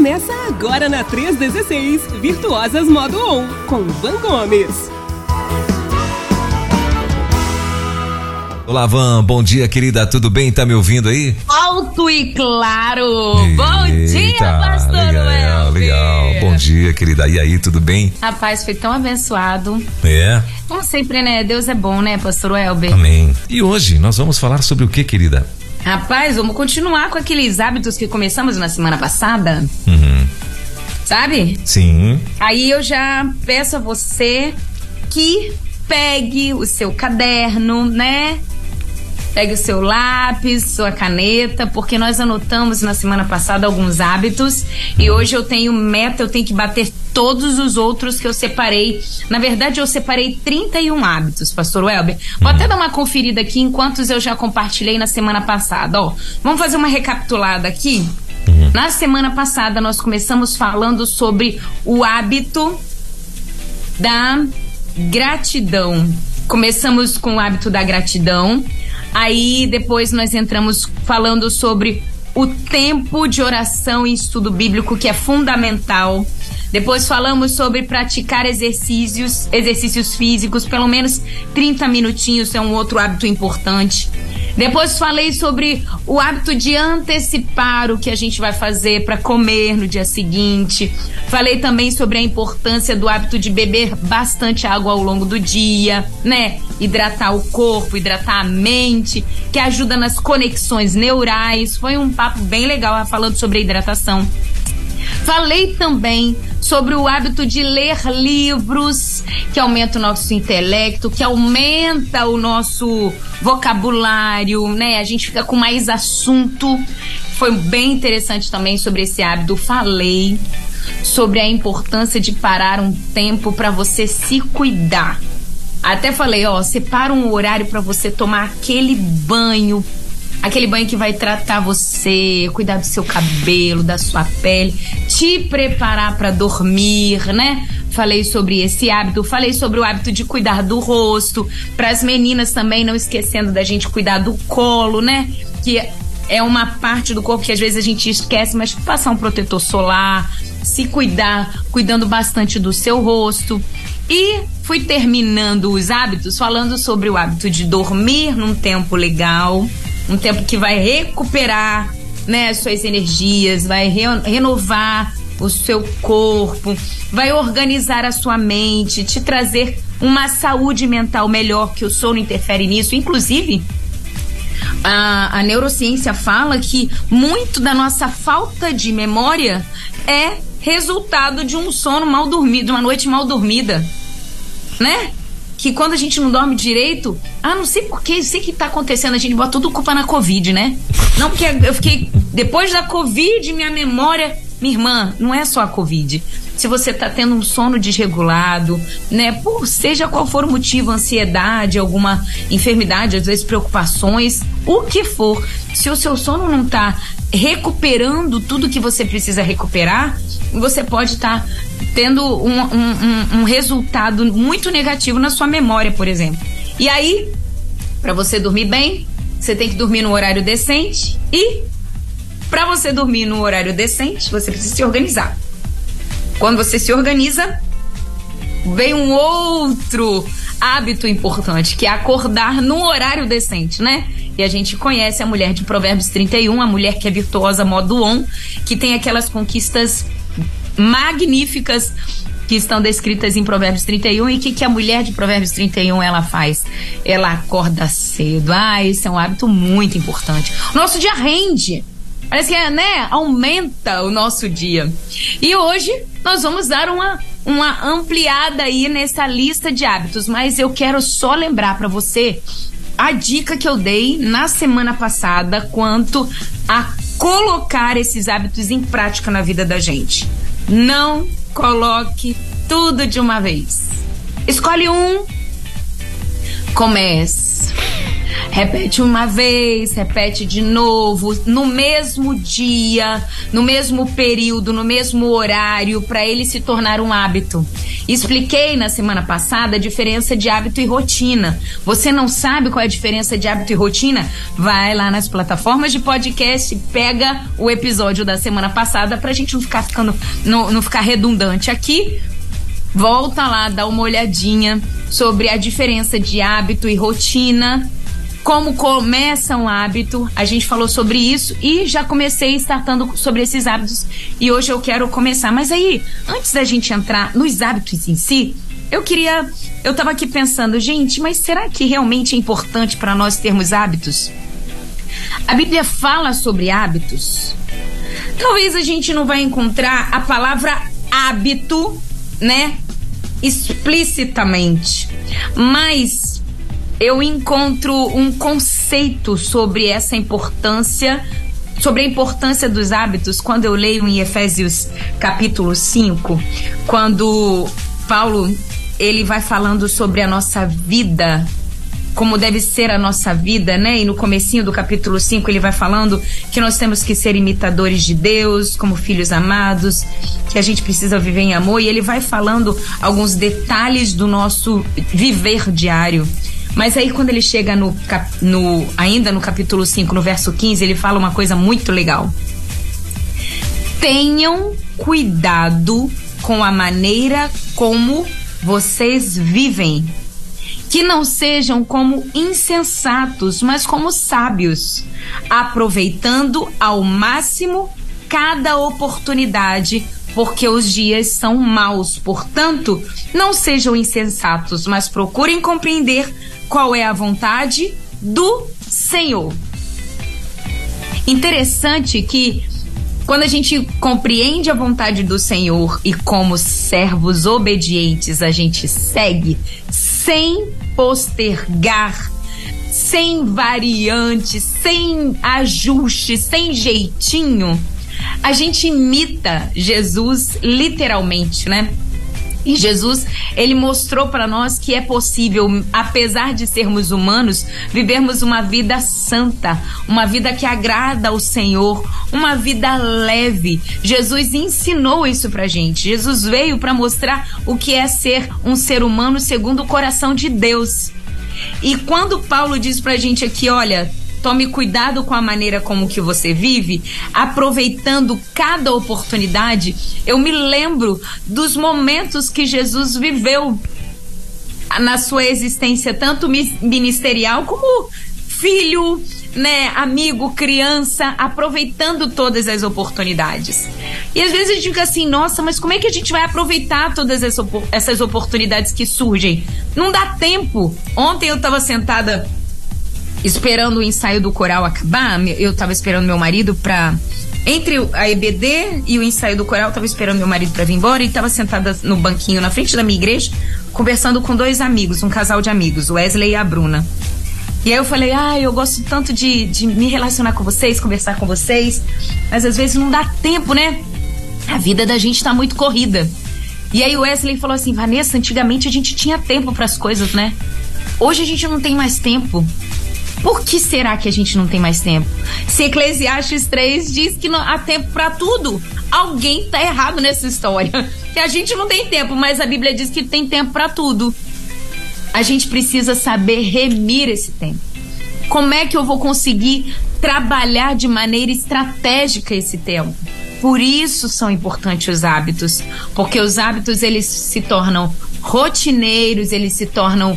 Começa agora na 316, Virtuosas Modo On, com Van Gomes. Olá, Van, bom dia, querida, tudo bem? Tá me ouvindo aí? Alto e claro! Bom dia, pastor Welber! Legal, bom dia, querida, e aí, tudo bem? Rapaz, foi tão abençoado. É? Como sempre, né? Deus é bom, né, pastor Welber? Amém. E hoje nós vamos falar sobre o que, querida? Rapaz, vamos continuar com aqueles hábitos que começamos na semana passada. Sabe? Sim. Aí eu já peço a você que pegue o seu caderno, né? Pegue o seu lápis, sua caneta, porque nós anotamos na semana passada alguns hábitos e hoje eu tenho meta, eu tenho que bater todos os outros que eu separei. Na verdade, eu separei 31 hábitos, pastor Welber. Vou até dar uma conferida aqui em quantos eu já compartilhei na semana passada. Ó, vamos fazer uma recapitulada aqui? Na semana passada, nós começamos falando sobre o hábito da gratidão. Começamos com o hábito da gratidão. Aí depois nós entramos falando sobre o tempo de oração e estudo bíblico, que é fundamental. Depois falamos sobre praticar exercícios físicos, pelo menos 30 minutinhos é um outro hábito importante. Depois falei sobre o hábito de antecipar o que a gente vai fazer para comer no dia seguinte. Falei também sobre a importância do hábito de beber bastante água ao longo do dia, né? Hidratar o corpo, hidratar a mente, que ajuda nas conexões neurais. Foi um papo bem legal falando sobre a hidratação. Falei também sobre o hábito de ler livros, que aumenta o nosso intelecto, que aumenta o nosso vocabulário, né? A gente fica com mais assunto. Foi bem interessante também sobre esse hábito. Falei sobre a importância de parar um tempo para você se cuidar. Até falei, ó, separa um horário para você tomar aquele banho que vai tratar você, cuidar do seu cabelo, da sua pele, te preparar para dormir, né? Falei sobre esse hábito, falei sobre o hábito de cuidar do rosto, para as meninas também, não esquecendo da gente cuidar do colo, né? Que é uma parte do corpo que às vezes a gente esquece, mas passar um protetor solar, se cuidar, cuidando bastante do seu rosto. E fui terminando os hábitos falando sobre o hábito de dormir num tempo legal, um tempo que vai recuperar, né, as suas energias, vai renovar o seu corpo, vai organizar a sua mente, te trazer uma saúde mental melhor, que o sono interfere nisso. Inclusive, a neurociência fala que muito da nossa falta de memória é resultado de um sono mal dormido, de uma noite mal dormida, né? Que quando a gente não dorme direito, não sei porquê, sei que tá acontecendo, a gente bota tudo culpa na Covid, né? Não, porque eu fiquei, depois da Covid, minha memória, minha irmã, não é só a Covid. Se você tá tendo um sono desregulado, né, por seja qual for o motivo, ansiedade, alguma enfermidade, às vezes preocupações, o que for, se o seu sono não tá recuperando tudo que você precisa recuperar, você pode estar tendo um resultado muito negativo na sua memória, por exemplo. E aí, para você dormir bem, você tem que dormir no horário decente, e para você dormir no horário decente, você precisa se organizar. Quando você se organiza, vem um outro hábito importante, que é acordar no horário decente, né? E a gente conhece a mulher de Provérbios 31, a mulher que é virtuosa modo on, que tem aquelas conquistas magníficas que estão descritas em Provérbios 31. E que a mulher de Provérbios 31 ela faz? Ela acorda cedo. Esse é um hábito muito importante. O nosso dia rende. Parece que, né, aumenta o nosso dia. E hoje nós vamos dar uma ampliada aí nessa lista de hábitos, mas eu quero só lembrar para você a dica que eu dei na semana passada quanto a colocar esses hábitos em prática na vida da gente. Não coloque tudo de uma vez. Escolhe um, comece. Repete uma vez, repete de novo, no mesmo dia, no mesmo período, no mesmo horário, para ele se tornar um hábito. Expliquei na semana passada a diferença de hábito e rotina. Você não sabe qual é a diferença de hábito e rotina? Vai lá nas plataformas de podcast, pega o episódio da semana passada pra gente não ficar redundante aqui. Volta lá, dá uma olhadinha sobre a diferença de hábito e rotina, como começa um hábito. A gente falou sobre isso e já comecei startando sobre esses hábitos e hoje eu quero começar. Mas aí, antes da gente entrar nos hábitos em si, eu tava aqui pensando, gente, mas será que realmente é importante para nós termos hábitos? A Bíblia fala sobre hábitos. Talvez a gente não vai encontrar a palavra hábito, né, explicitamente, mas eu encontro um conceito sobre essa importância, sobre a importância dos hábitos, quando eu leio em Efésios capítulo 5, quando Paulo, ele vai falando sobre a nossa vida, como deve ser a nossa vida, né? E no comecinho do capítulo 5 ele vai falando que nós temos que ser imitadores de Deus, como filhos amados, que a gente precisa viver em amor, e ele vai falando alguns detalhes do nosso viver diário. Mas aí quando ele chega ainda no capítulo 5, no verso 15, ele fala uma coisa muito legal. Tenham cuidado com a maneira como vocês vivem. Que não sejam como insensatos, mas como sábios, aproveitando ao máximo cada oportunidade, porque os dias são maus. Portanto, não sejam insensatos, mas procurem compreender qual é a vontade do Senhor. Interessante que quando a gente compreende a vontade do Senhor e como servos obedientes a gente segue sem postergar, sem variantes, sem ajustes, sem jeitinho, a gente imita Jesus literalmente, né? E Jesus, ele mostrou para nós que é possível, apesar de sermos humanos, vivermos uma vida santa, uma vida que agrada ao Senhor, uma vida leve. Jesus ensinou isso pra gente. Jesus veio para mostrar o que é ser um ser humano segundo o coração de Deus. E quando Paulo diz pra gente aqui, olha, tome cuidado com a maneira como que você vive, aproveitando cada oportunidade, eu me lembro dos momentos que Jesus viveu na sua existência, tanto ministerial como filho, né, amigo, criança, aproveitando todas as oportunidades. E às vezes a gente fica assim, nossa, mas como é que a gente vai aproveitar todas essas oportunidades que surgem? Não dá tempo. Ontem eu estava sentada esperando o ensaio do coral acabar. Eu tava esperando meu marido entre a EBD e o ensaio do coral, eu tava esperando meu marido pra vir embora e tava sentada no banquinho na frente da minha igreja, conversando com dois amigos, um casal de amigos, o Wesley e a Bruna. E aí eu falei, eu gosto tanto de me relacionar com vocês, conversar com vocês, mas às vezes não dá tempo, né? A vida da gente tá muito corrida. E aí o Wesley falou assim, Vanessa, antigamente a gente tinha tempo pras coisas, né? Hoje a gente não tem mais tempo. Por que será que a gente não tem mais tempo? Se Eclesiastes 3 diz que não há tempo para tudo, alguém tá errado nessa história. Que a gente não tem tempo, mas a Bíblia diz que tem tempo para tudo. A gente precisa saber remir esse tempo. Como é que eu vou conseguir trabalhar de maneira estratégica esse tempo? Por isso são importantes os hábitos, porque os hábitos eles se tornam rotineiros, eles se tornam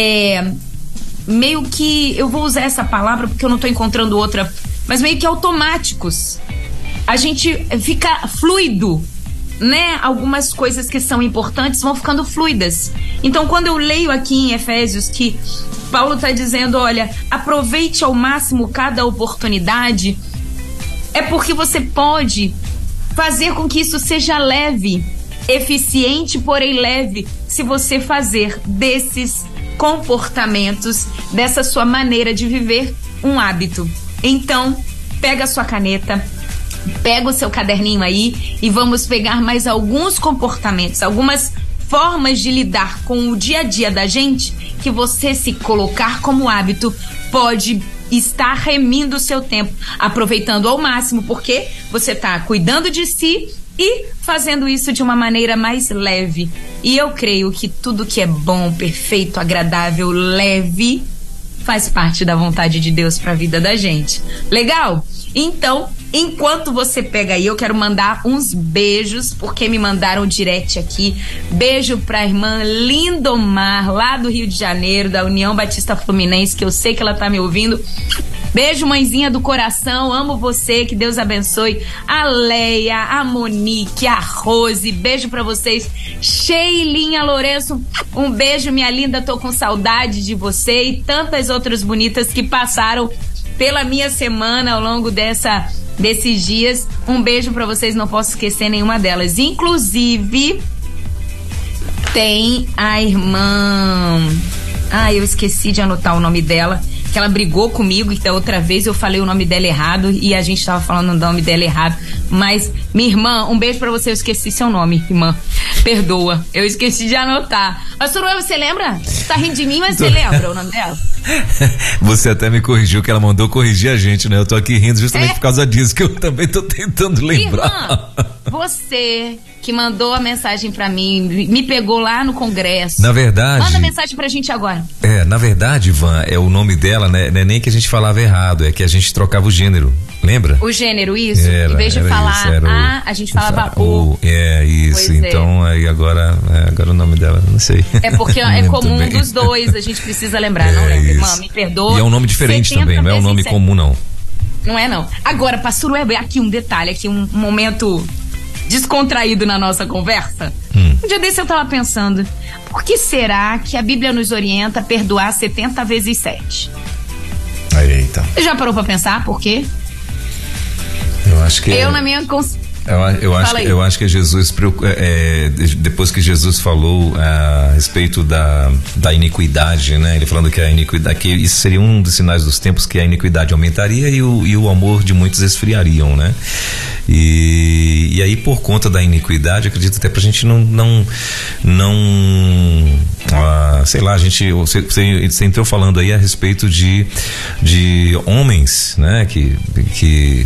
meio que, eu vou usar essa palavra porque eu não estou encontrando outra, mas meio que automáticos. A gente fica fluido, né? Algumas coisas que são importantes vão ficando fluidas. Então, quando eu leio aqui em Efésios que Paulo está dizendo, olha, aproveite ao máximo cada oportunidade, é porque você pode fazer com que isso seja leve, eficiente, porém leve, se você fazer desses comportamentos, dessa sua maneira de viver, um hábito. Então, pega a sua caneta, pega o seu caderninho aí e vamos pegar mais alguns comportamentos, algumas formas de lidar com o dia a dia da gente que você se colocar como hábito pode estar remindo o seu tempo, aproveitando ao máximo, porque você está cuidando de si e fazendo isso de uma maneira mais leve. E eu creio que tudo que é bom, perfeito, agradável, leve, faz parte da vontade de Deus para a vida da gente. Legal? Então, enquanto você pega aí, eu quero mandar uns beijos, porque me mandaram direct aqui. Beijo pra irmã Lindomar, lá do Rio de Janeiro, da União Batista Fluminense, que eu sei que ela tá me ouvindo. Beijo, mãezinha do coração, amo você, que Deus abençoe. A Leia, a Monique, a Rose, beijo pra vocês. Sheilinha Lourenço, um beijo, minha linda, tô com saudade de você, e tantas outras bonitas que passaram pela minha semana ao longo desses dias. Um beijo pra vocês, não posso esquecer nenhuma delas. Inclusive, tem a irmã... eu esqueci de anotar o nome dela, que ela brigou comigo, então outra vez eu falei o nome dela errado e a gente tava falando o nome dela errado. Mas, minha irmã, um beijo pra você. Eu esqueci seu nome, irmã. Perdoa, eu esqueci de anotar. Mas, Soraya, você lembra? Tá rindo de mim, mas você lembra o nome dela? Você até me corrigiu, que ela mandou corrigir a gente, né? Eu tô aqui rindo justamente por causa disso, que eu também tô tentando lembrar. Irmã, você que mandou a mensagem pra mim, me pegou lá no congresso. Na verdade... Manda mensagem pra gente agora. Na verdade, Ivan, o nome dela, né? Não é nem que a gente falava errado, é que a gente trocava o gênero. Lembra? O gênero, isso? Em vez de falar a gente falava o. Isso. Pois então, aí agora o nome dela, não sei. É porque é comum dos dois, a gente precisa lembrar, não lembra? Irmã, me perdoa. E é um nome diferente também, não é um nome comum, não. Não é, não. Agora, pastor Weber, aqui um detalhe, aqui um momento descontraído na nossa conversa. Um dia desse eu tava pensando, por que será que a Bíblia nos orienta a perdoar 70 vezes 7? Eita. Você já parou pra pensar por quê? Eu acho que na minha eu acho que Jesus, depois que Jesus falou a respeito da iniquidade, né? Ele falando que a iniquidade, que isso seria um dos sinais dos tempos, que a iniquidade aumentaria e o amor de muitos esfriariam, né? E aí, por conta da iniquidade, acredito até pra gente não sei lá, você entrou falando aí a respeito de homens, né? Que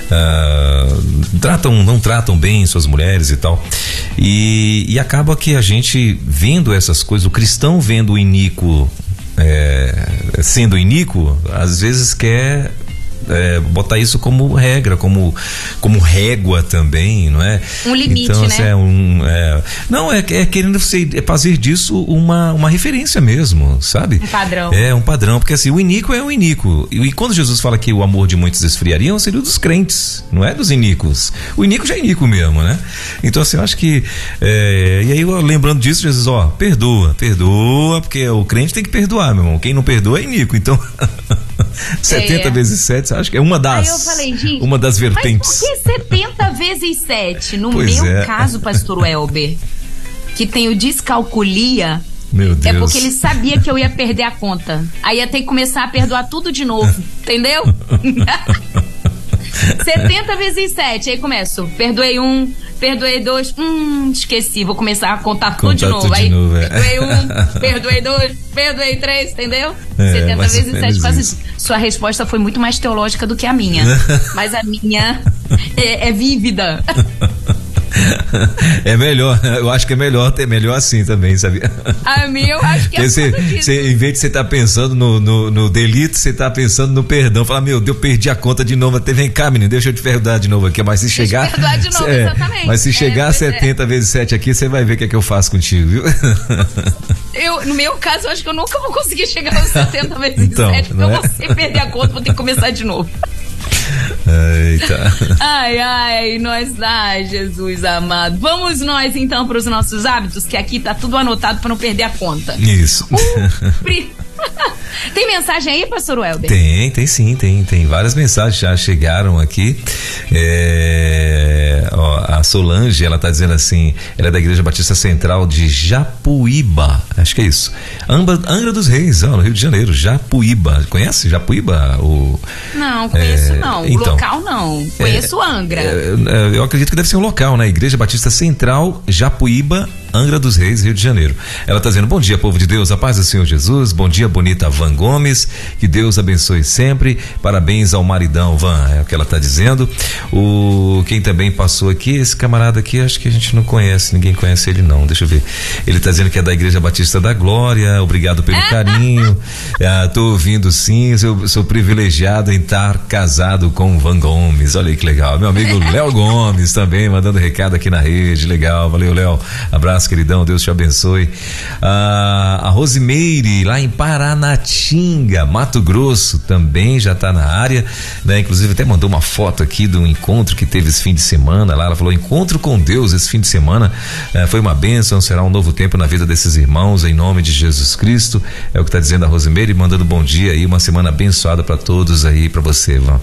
não tratam bem suas mulheres e tal, e acaba que a gente vendo essas coisas, o cristão vendo o iníquo sendo iníquo, às vezes quer botar isso como regra, como régua também, não é? Um limite, então, né? Não, querendo fazer disso uma referência mesmo, sabe? Um padrão. Um padrão, porque assim, o iníquo é o iníquo. E quando Jesus fala que o amor de muitos esfriariam, seria o dos crentes, não é dos iníquos. O iníquo já é iníquo mesmo, né? Então, assim, eu acho que e aí, lembrando disso, Jesus, perdoa, porque o crente tem que perdoar, meu irmão. Quem não perdoa é iníquo, então 70 vezes 7, acho que é uma das, eu falei, gente, uma das vertentes. Mas por que 70 vezes 7? No pois meu caso, pastor Welber, que tenho descalculia, meu Deus. É porque ele sabia que eu ia perder a conta. Aí ia ter que começar a perdoar tudo de novo, entendeu? 70 vezes 7, aí começo, perdoei 1, perdoei 2, esqueci, vou começar a contar tudo de novo. Aí, perdoei 1, perdoei 2, perdoei 3, entendeu? 70 vezes 7, quase isso. Sua resposta foi muito mais teológica do que a minha, mas a minha é vívida. É melhor, eu acho que é melhor assim também, sabia? A minha eu acho que em vez de você estar pensando no delito, você está pensando no perdão. Fala, meu Deus, eu perdi a conta de novo. Até vem cá, menino, deixa eu te perdoar de novo aqui. Mas se chegar. Perdoar de novo, exatamente. Mas se chegar a 70 vezes 7 aqui, você vai ver o que é que eu faço contigo, viu? No meu caso, eu acho que eu nunca vou conseguir chegar aos 70 vezes 7, porque eu vou perder a conta, vou ter que começar de novo. Eita. Ai, Jesus amado. Vamos nós então para os nossos hábitos, que aqui tá tudo anotado para não perder a conta. Isso. Tem mensagem aí, pastor Welber? Tem sim, tem várias mensagens já chegaram aqui. A Solange, ela tá dizendo assim, ela é da Igreja Batista Central de Japuíba, acho que é isso, Angra dos Reis, no Rio de Janeiro. Japuíba, conhece Japuíba? Não, conheço não, então, o local não, conheço Angra. Eu acredito que deve ser um local, né? Igreja Batista Central, Japuíba, Angra dos Reis, Rio de Janeiro. Ela está dizendo: bom dia, povo de Deus, a paz do Senhor Jesus. Bom dia, bonita Van Gomes, que Deus abençoe sempre. Parabéns ao maridão, Van, é o que ela está dizendo. Quem também passou aqui, esse camarada aqui, acho que a gente não conhece, ninguém conhece ele não, deixa eu ver. Ele está dizendo que é da Igreja Batista da Glória. Obrigado pelo carinho. Tô ouvindo sim, sou privilegiado em estar casado com Van Gomes. Olha aí que legal. Meu amigo Léo Gomes também mandando recado aqui na rede. Legal, valeu, Léo. Abraço, queridão, Deus te abençoe. A Rosimeire, lá em Paranatinga, Mato Grosso, também já está na área, né? Inclusive até mandou uma foto aqui do encontro que teve esse fim de semana lá. Ela falou: encontro com Deus esse fim de semana foi uma bênção, será um novo tempo na vida desses irmãos, em nome de Jesus Cristo. É o que está dizendo a Rosimeire, mandando bom dia aí, uma semana abençoada para todos aí, para você, Vão.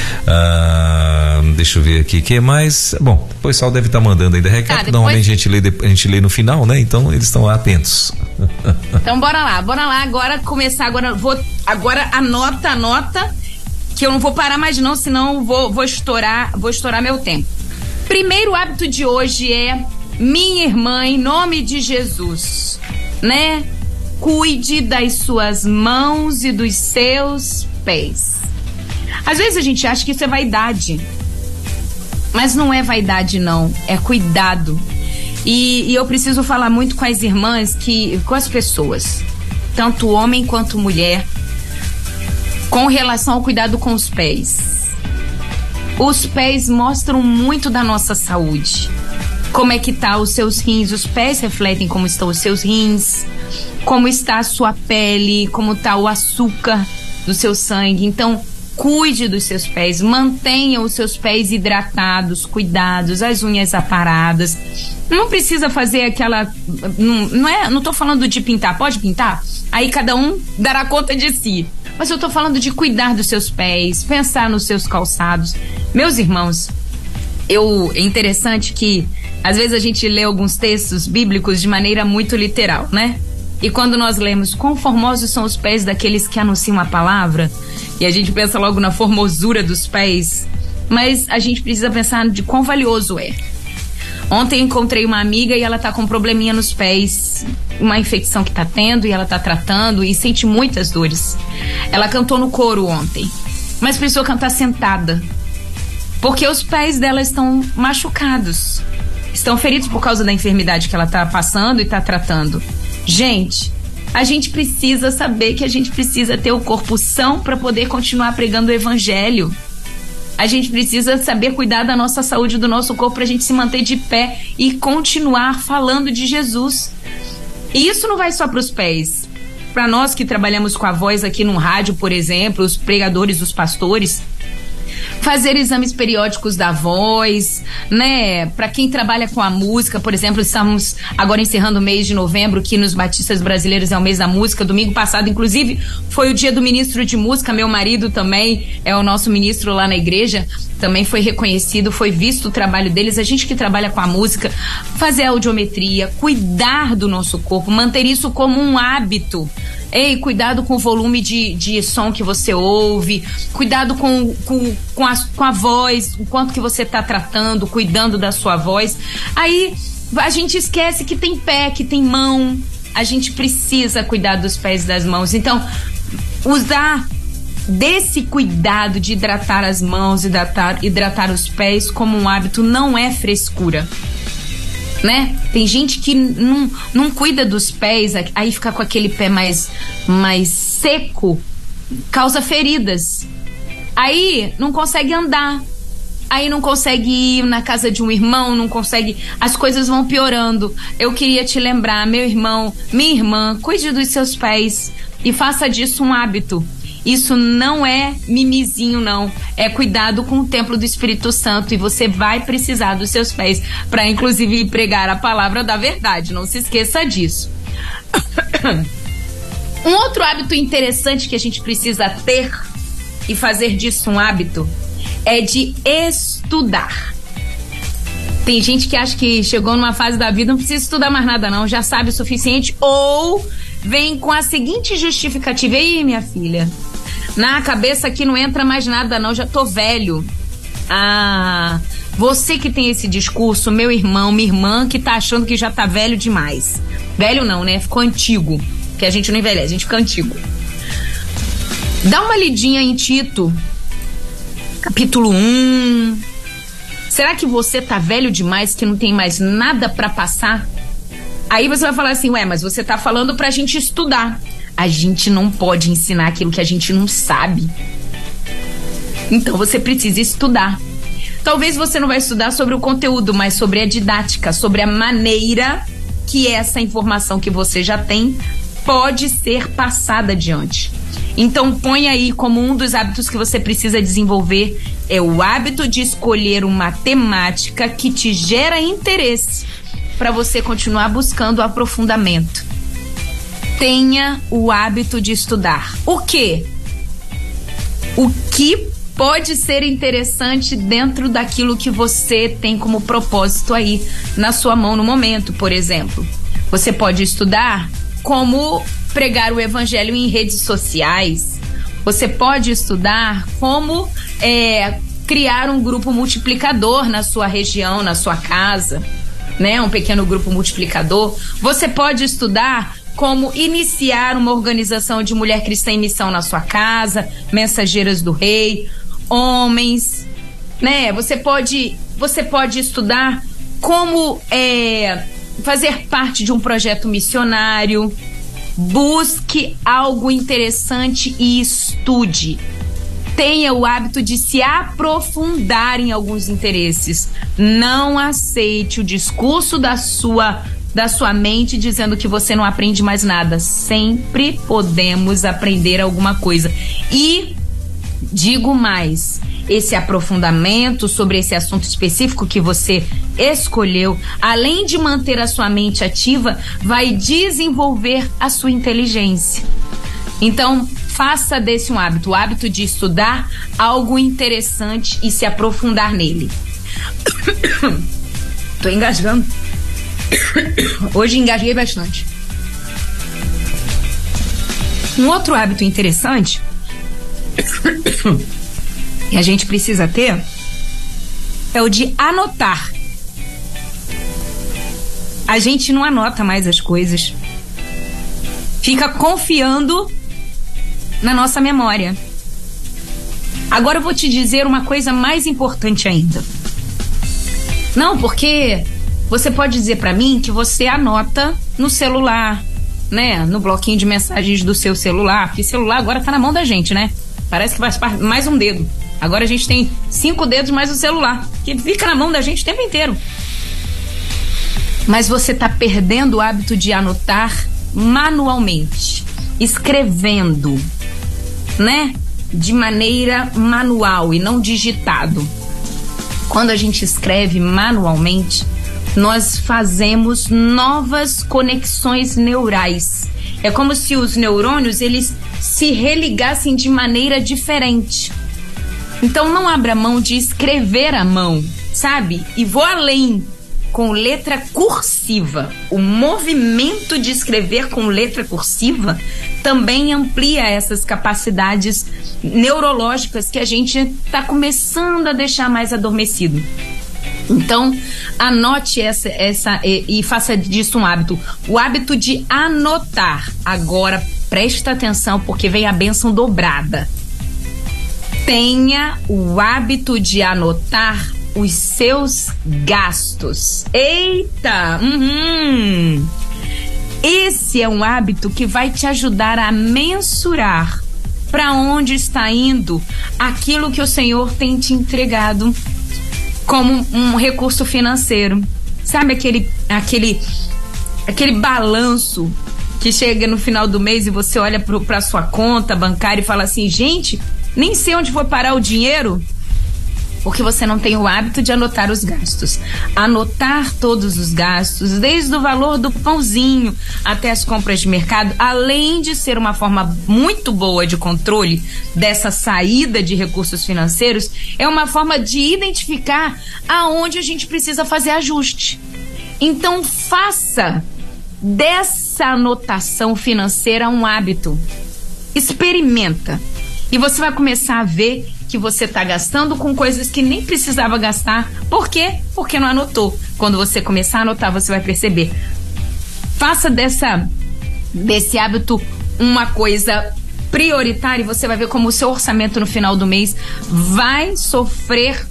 Deixa eu ver aqui, o que mais? Bom, o pessoal deve estar mandando ainda recado, depois... normalmente a gente lê no final, né? Então eles estão atentos. Então bora lá, agora começar, agora anota, que eu não vou parar mais não, senão vou estourar meu tempo. Primeiro hábito de hoje é: minha irmã, em nome de Jesus, né? Cuide das suas mãos e dos seus pés. Às vezes a gente acha que isso é vaidade, mas não é vaidade não, é cuidado. E eu preciso falar muito com as irmãs, com as pessoas, tanto homem quanto mulher, com relação ao cuidado com os pés. Os pés mostram muito da nossa saúde. Como é que tá os seus rins? Os pés refletem como estão os seus rins, como está a sua pele, como está o açúcar do seu sangue. Então, cuide dos seus pés, mantenha os seus pés hidratados, cuidados, as unhas aparadas. Não precisa fazer aquela... Não tô falando de pintar, pode pintar? Aí cada um dará conta de si. Mas eu tô falando de cuidar dos seus pés, pensar nos seus calçados. Meus irmãos, é interessante que às vezes a gente lê alguns textos bíblicos de maneira muito literal, né? E quando nós lemos: quão formosos são os pés daqueles que anunciam a palavra, e a gente pensa logo na formosura dos pés, mas a gente precisa pensar de quão valioso é. Ontem encontrei uma amiga e ela tá com um probleminha nos pés, uma infecção que tá tendo, e ela tá tratando e sente muitas dores. Ela cantou no coro ontem, mas precisou cantar sentada, porque os pés dela estão machucados, estão feridos por causa da enfermidade que ela tá passando e tá tratando. Gente, a gente precisa saber que a gente precisa ter o corpo são para poder continuar pregando o evangelho. A gente precisa saber cuidar da nossa saúde, do nosso corpo, pra gente se manter de pé e continuar falando de Jesus. E isso não vai só para os pés. Para nós que trabalhamos com a voz aqui no rádio, por exemplo, os pregadores, os pastores, fazer exames periódicos da voz, né? Para quem trabalha com a música, por exemplo, estamos agora encerrando o mês de novembro, que nos Batistas Brasileiros é o mês da música. Domingo passado, inclusive, foi o dia do ministro de música. Meu marido também é o nosso ministro lá na igreja, também foi reconhecido, foi visto o trabalho deles. A gente que trabalha com a música, fazer audiometria, cuidar do nosso corpo, manter isso como um hábito. Ei, cuidado com o volume de som que você ouve, cuidado com a voz, o quanto que você está tratando, cuidando da sua voz. Aí a gente esquece que tem pé, que tem mão. A gente precisa cuidar dos pés e das mãos. Então, usar desse cuidado de hidratar as mãos, hidratar os pés como um hábito não é frescura, né? Tem gente que não cuida dos pés, aí fica com aquele pé mais seco, causa feridas. Aí não consegue andar, aí não consegue ir na casa de um irmão, não consegue, as coisas vão piorando. Eu queria te lembrar, meu irmão, minha irmã, cuide dos seus pés e faça disso um hábito. Isso não é mimizinho, não. É cuidado com o templo do Espírito Santo, e você vai precisar dos seus pés para, inclusive, pregar a palavra da verdade. Não se esqueça disso. Um outro hábito interessante que a gente precisa ter e fazer disso um hábito é de estudar. Tem gente que acha que chegou numa fase da vida, não precisa estudar mais nada não, já sabe o suficiente, ou vem com a seguinte justificativa: ei, minha filha, na cabeça aqui não entra mais nada não, já tô velho. Você que tem esse discurso, meu irmão, minha irmã, que tá achando que já tá velho demais. Velho não, né? Ficou antigo. Que a gente não envelhece, a gente fica antigo. Dá uma lidinha em Tito, capítulo 1. Será que você tá velho demais, que não tem mais nada pra passar? Aí você vai falar assim, ué, mas você tá falando pra gente estudar. A gente não pode ensinar aquilo que a gente não sabe. Então você precisa estudar. Talvez você não vai estudar sobre o conteúdo, mas sobre a didática, sobre a maneira que essa informação que você já tem pode ser passada adiante. Então põe aí como um dos hábitos que você precisa desenvolver é o hábito de escolher uma temática que te gera interesse para você continuar buscando o aprofundamento. Tenha o hábito de estudar. O quê? O que pode ser interessante dentro daquilo que você tem como propósito aí na sua mão no momento, por exemplo. Você pode estudar como pregar o evangelho em redes sociais. Você pode estudar como criar um grupo multiplicador na sua região, na sua casa, né? Um pequeno grupo multiplicador. Você pode estudar como iniciar uma organização de mulher cristã em missão na sua casa, mensageiras do rei, homens, né? Você pode estudar como fazer parte de um projeto missionário. Busque algo interessante e estude. Tenha o hábito de se aprofundar em alguns interesses. Não aceite o discurso da sua mente dizendo que você não aprende mais nada. Sempre podemos aprender alguma coisa. E digo mais, esse aprofundamento sobre esse assunto específico que você escolheu, além de manter a sua mente ativa, vai desenvolver a sua inteligência. Então, faça desse um hábito, o hábito de estudar algo interessante e se aprofundar nele. Tô engasgando. Hoje engasguei bastante. Um outro hábito interessante que a gente precisa ter é o de anotar. A gente não anota mais as coisas. Fica confiando na nossa memória. Agora eu vou te dizer uma coisa mais importante ainda. Não, porque você pode dizer pra mim que você anota no celular, né? No bloquinho de mensagens do seu celular, porque celular agora tá na mão da gente, né? Parece que faz mais um dedo. Agora a gente tem 5 dedos mais o celular, que fica na mão da gente o tempo inteiro. Mas você tá perdendo o hábito de anotar manualmente, escrevendo, né? De maneira manual e não digitado. Quando a gente escreve manualmente, nós fazemos novas conexões neurais. É como se os neurônios, eles se religassem de maneira diferente. Então não abra mão de escrever à mão, sabe? E vou além, com letra cursiva. O movimento de escrever com letra cursiva também amplia essas capacidades neurológicas que a gente está começando a deixar mais adormecido. Então, anote essa e faça disso um hábito. O hábito de anotar. Agora, presta atenção, porque vem a bênção dobrada. Tenha o hábito de anotar os seus gastos. Eita! Esse é um hábito que vai te ajudar a mensurar para onde está indo aquilo que o Senhor tem te entregado como um recurso financeiro. Sabe aquele balanço que chega no final do mês e você olha para sua conta bancária e fala assim, gente, nem sei onde foi parar o dinheiro? Porque você não tem o hábito de anotar os gastos. Anotar todos os gastos, desde o valor do pãozinho até as compras de mercado, além de ser uma forma muito boa de controle dessa saída de recursos financeiros, é uma forma de identificar aonde a gente precisa fazer ajuste. Então, faça dessa anotação financeira um hábito. Experimenta. E você vai começar a ver que você está gastando com coisas que nem precisava gastar. Por quê? Porque não anotou. Quando você começar a anotar, você vai perceber. Faça desse hábito uma coisa prioritária e você vai ver como o seu orçamento no final do mês vai sofrer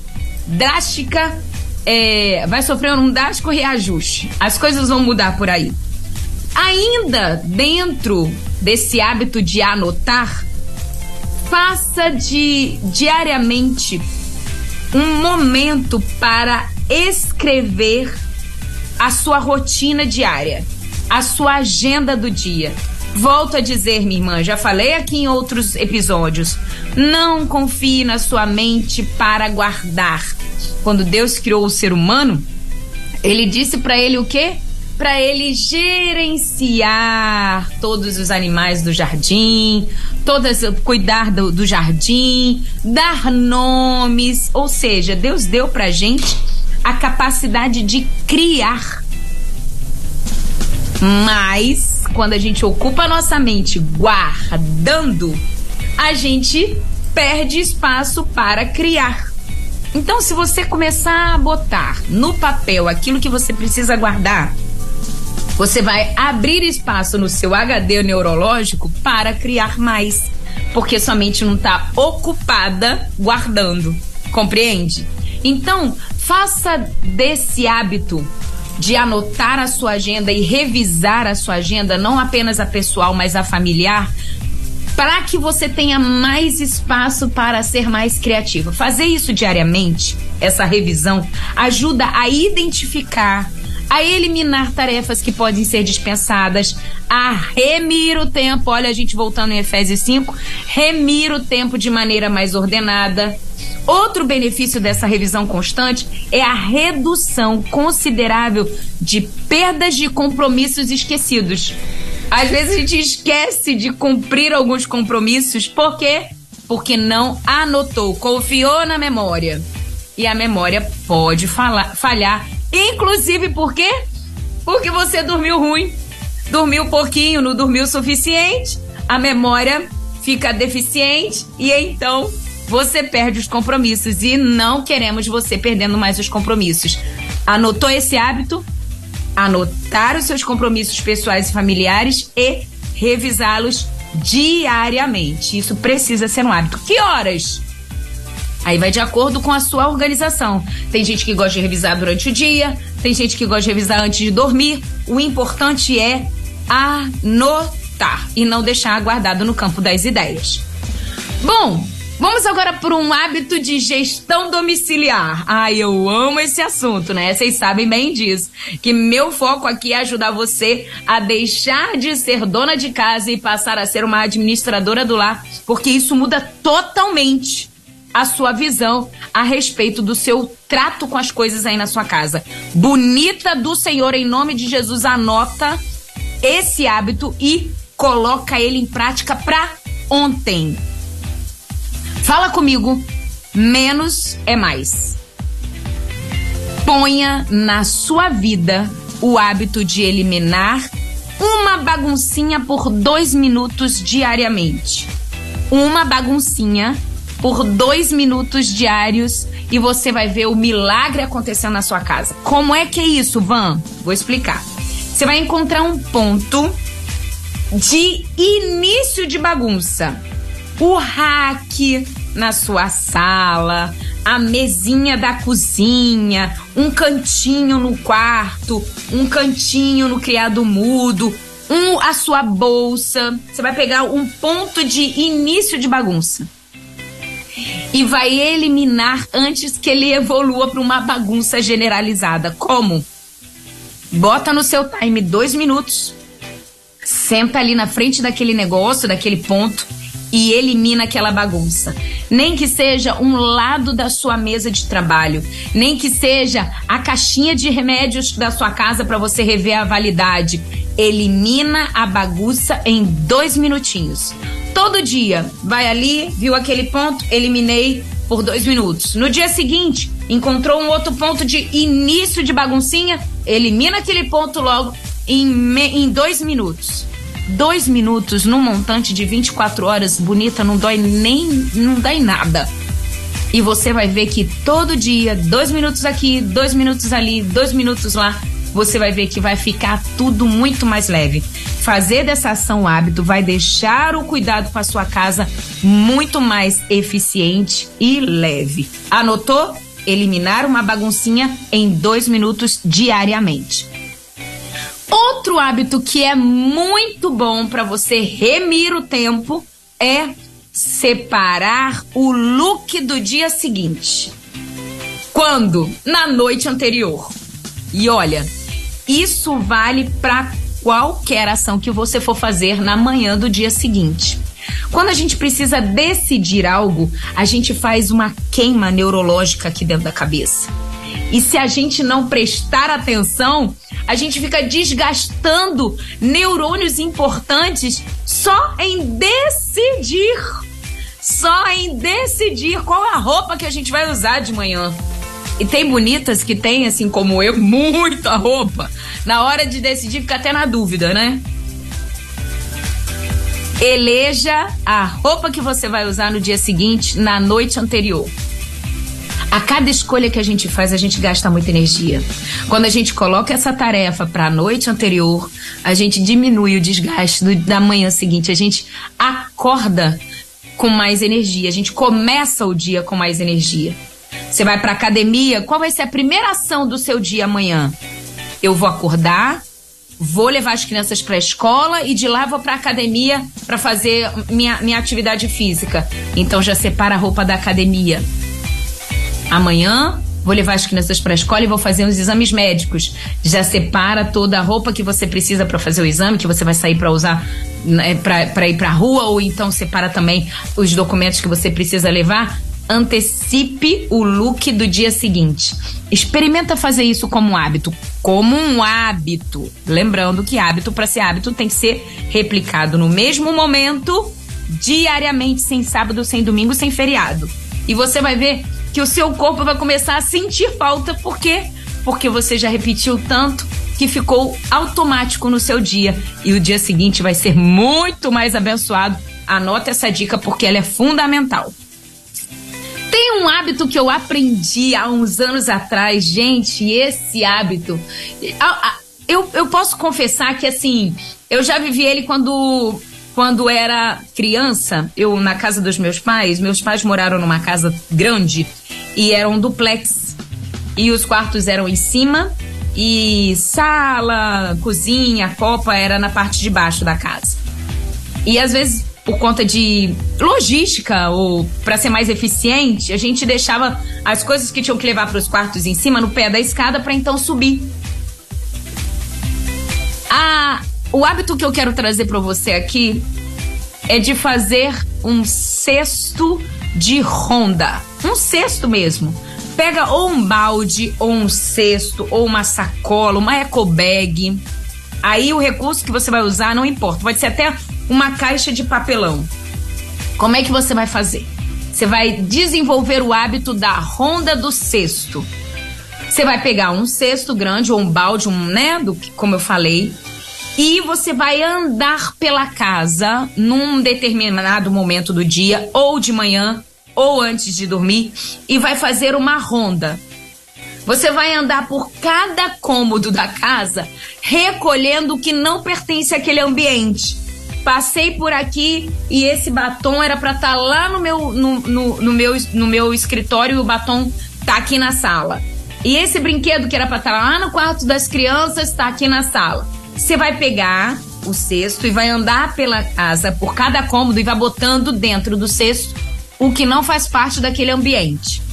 vai sofrer um drástico reajuste. As coisas vão mudar por aí. Ainda dentro desse hábito de anotar, faça diariamente um momento para escrever a sua rotina diária, a sua agenda do dia. Volto a dizer, minha irmã, já falei aqui em outros episódios, não confie na sua mente para guardar. Quando Deus criou o ser humano, ele disse para ele o quê? Para ele gerenciar todos os animais do jardim, cuidar do jardim, dar nomes. Ou seja, Deus deu pra gente a capacidade de criar. Mas, quando a gente ocupa a nossa mente guardando, a gente perde espaço para criar. Então, se você começar a botar no papel aquilo que você precisa guardar, você vai abrir espaço no seu HD neurológico para criar mais. Porque sua mente não está ocupada guardando. Compreende? Então, faça desse hábito de anotar a sua agenda e revisar a sua agenda, não apenas a pessoal, mas a familiar, para que você tenha mais espaço para ser mais criativo. Fazer isso diariamente, essa revisão, ajuda a identificar, a eliminar tarefas que podem ser dispensadas, a remir o tempo. Olha, a gente voltando em Efésios 5, remir o tempo de maneira mais ordenada. Outro benefício dessa revisão constante é a redução considerável de perdas de compromissos esquecidos. Às vezes a gente esquece de cumprir alguns compromissos. Por quê? Porque não anotou, confiou na memória. E a memória pode falhar. Inclusive por quê? Porque você dormiu ruim, dormiu pouquinho, não dormiu o suficiente, a memória fica deficiente e então você perde os compromissos. E não queremos você perdendo mais os compromissos. Anotou esse hábito? Anotar os seus compromissos pessoais e familiares e revisá-los diariamente. Isso precisa ser um hábito. Que horas? Aí vai de acordo com a sua organização. Tem gente que gosta de revisar durante o dia, tem gente que gosta de revisar antes de dormir. O importante é anotar e não deixar guardado no campo das ideias. Bom, vamos agora por um hábito de gestão domiciliar. Ai, eu amo esse assunto, né? Vocês sabem bem disso. Que meu foco aqui é ajudar você a deixar de ser dona de casa e passar a ser uma administradora do lar, porque isso muda totalmente a sua visão a respeito do seu trato com as coisas aí na sua casa. Bonita do Senhor, em nome de Jesus, anota esse hábito e coloca ele em prática para ontem. Fala comigo, menos é mais. Ponha na sua vida o hábito de eliminar uma baguncinha por 2 minutos diariamente. Uma baguncinha por 2 minutos diários e você vai ver o milagre acontecendo na sua casa. Como é que é isso, Van? Vou explicar. Você vai encontrar um ponto de início de bagunça. O rack na sua sala, a mesinha da cozinha, um cantinho no quarto, um cantinho no criado mudo, a sua bolsa. Você vai pegar um ponto de início de bagunça e vai eliminar antes que ele evolua para uma bagunça generalizada. Como? Bota no seu time 2 minutos, senta ali na frente daquele negócio, daquele ponto e elimina aquela bagunça. Nem que seja um lado da sua mesa de trabalho, nem que seja a caixinha de remédios da sua casa para você rever a validade. Elimina a bagunça em 2 minutinhos. Todo dia, vai ali, viu aquele ponto, eliminei por 2 minutos. No dia seguinte, encontrou um outro ponto de início de baguncinha, elimina aquele ponto logo em 2 minutos. 2 minutos num montante de 24 horas, bonita, não dá em nada. E você vai ver que todo dia, 2 minutos aqui, 2 minutos ali, 2 minutos lá, você vai ver que vai ficar tudo muito mais leve. Fazer dessa ação hábito vai deixar o cuidado com a sua casa muito mais eficiente e leve. Anotou? Eliminar uma baguncinha em 2 minutos diariamente. Outro hábito que é muito bom para você remir o tempo é separar o look do dia seguinte. Quando? Na noite anterior. E olha, isso vale para qualquer ação que você for fazer na manhã do dia seguinte. Quando a gente precisa decidir algo, a gente faz uma queima neurológica aqui dentro da cabeça. E se a gente não prestar atenção, a gente fica desgastando neurônios importantes só em decidir qual a roupa que a gente vai usar de manhã. E tem bonitas que tem, assim como eu, muita roupa. Na hora de decidir, fica até na dúvida, né? Eleja a roupa que você vai usar no dia seguinte, na noite anterior. A cada escolha que a gente faz, a gente gasta muita energia. Quando a gente coloca essa tarefa para a noite anterior, a gente diminui o desgaste da manhã seguinte. A gente acorda com mais energia, a gente começa o dia com mais energia. Você vai para academia, qual vai ser a primeira ação do seu dia amanhã? Eu vou acordar, vou levar as crianças para a escola e de lá vou para academia para fazer minha atividade física. Então já separa a roupa da academia. Amanhã vou levar as crianças para a escola e vou fazer os exames médicos. Já separa toda a roupa que você precisa para fazer o exame, que você vai sair para usar para ir para a rua, ou então separa também os documentos que você precisa levar. Antecipe o look do dia seguinte. Experimenta fazer isso como um hábito. Como um hábito. Lembrando que hábito, para ser hábito, tem que ser replicado no mesmo momento, diariamente, sem sábado, sem domingo, sem feriado. E você vai ver que o seu corpo vai começar a sentir falta. Por quê? Porque você já repetiu tanto que ficou automático no seu dia. E o dia seguinte vai ser muito mais abençoado. Anota essa dica porque ela é fundamental. Tem um hábito que eu aprendi há uns anos atrás, gente, e esse hábito, eu posso confessar que, assim, eu já vivi ele quando era criança. Eu, na casa dos meus pais moraram numa casa grande e era um duplex, e os quartos eram em cima e sala, cozinha, copa era na parte de baixo da casa. E às vezes, por conta de logística ou para ser mais eficiente, a gente deixava as coisas que tinham que levar para os quartos em cima no pé da escada para então subir. O hábito que eu quero trazer para você aqui é de fazer um cesto de ronda. Um cesto mesmo. Pega ou um balde, ou um cesto, ou uma sacola, uma ecobag. Aí o recurso que você vai usar não importa. Pode ser até uma caixa de papelão. Como é que você vai fazer? Você vai desenvolver o hábito da ronda do cesto. Você vai pegar um cesto grande ou um balde, como eu falei, e você vai andar pela casa num determinado momento do dia, ou de manhã, ou antes de dormir, e vai fazer uma ronda. Você vai andar por cada cômodo da casa, recolhendo o que não pertence àquele ambiente. Passei por aqui e esse batom era para estar lá no meu escritório e o batom tá aqui na sala. E esse brinquedo que era para estar lá no quarto das crianças está aqui na sala. Você vai pegar o cesto e vai andar pela casa por cada cômodo e vai botando dentro do cesto o que não faz parte daquele ambiente.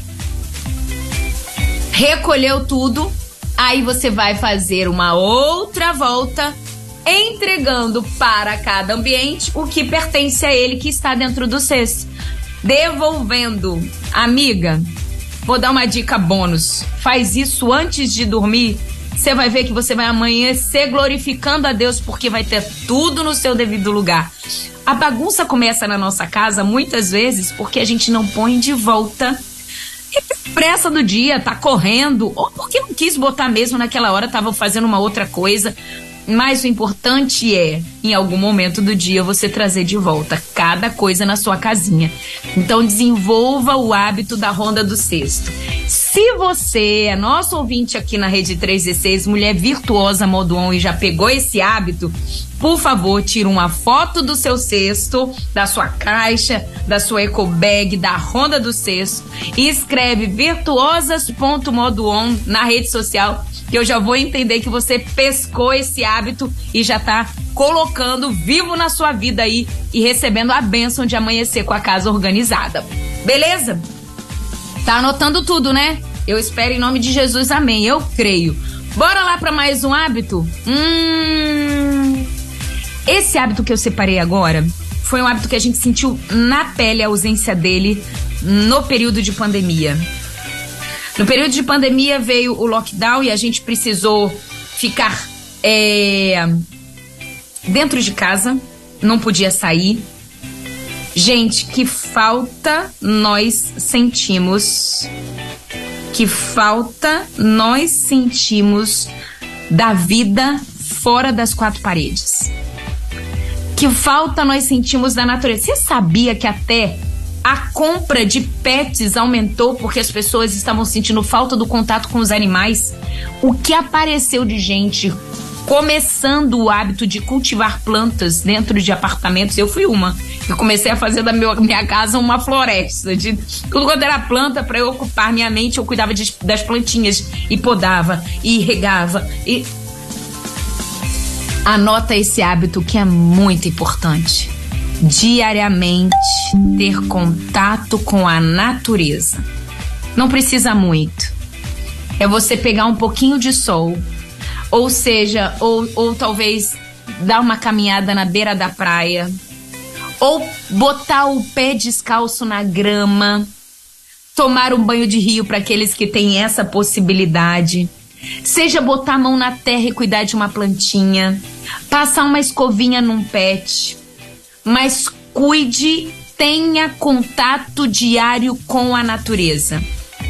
Recolheu tudo, aí você vai fazer uma outra volta, entregando para cada ambiente o que pertence a ele que está dentro do cesto. Devolvendo. Amiga, vou dar uma dica bônus. Faz isso antes de dormir. Você vai ver que você vai amanhecer glorificando a Deus, porque vai ter tudo no seu devido lugar. A bagunça começa na nossa casa muitas vezes porque a gente não põe de volta. E pressa do dia, tá correndo, ou porque não quis botar mesmo naquela hora, tava fazendo uma outra coisa. Mas o importante é, em algum momento do dia, você trazer de volta cada coisa na sua casinha. Então, desenvolva o hábito da ronda do cesto. Se você é nosso ouvinte aqui na Rede 316, mulher virtuosa modo on, e já pegou esse hábito, por favor, tira uma foto do seu cesto, da sua caixa, da sua ecobag, da ronda do cesto e escreve virtuosas.modoon na rede social, que eu já vou entender que você pescou esse hábito e já tá colocando vivo na sua vida aí e recebendo a bênção de amanhecer com a casa organizada. Beleza? Tá anotando tudo, né? Eu espero em nome de Jesus, amém. Eu creio. Bora lá para mais um hábito? Esse hábito que eu separei agora foi um hábito que a gente sentiu na pele a ausência dele no período de pandemia. No período de pandemia veio o lockdown e a gente precisou ficar dentro de casa, não podia sair. Gente, que falta nós sentimos. Que falta nós sentimos da vida fora das quatro paredes. Que falta nós sentimos da natureza. Você sabia que até a compra de pets aumentou porque as pessoas estavam sentindo falta do contato com os animais? O que apareceu de gente começando o hábito de cultivar plantas dentro de apartamentos? Eu fui uma. Eu comecei a fazer da minha casa uma floresta. De tudo quando era planta, para eu ocupar minha mente, eu cuidava das plantinhas e podava e regava. E anota esse hábito que é muito importante. Diariamente ter contato com a natureza. Não precisa muito. É você pegar um pouquinho de sol, ou seja, ou talvez dar uma caminhada na beira da praia, ou botar o pé descalço na grama, tomar um banho de rio para aqueles que têm essa possibilidade, seja botar a mão na terra e cuidar de uma plantinha, passar uma escovinha num pet. Mas cuide, tenha contato diário com a natureza.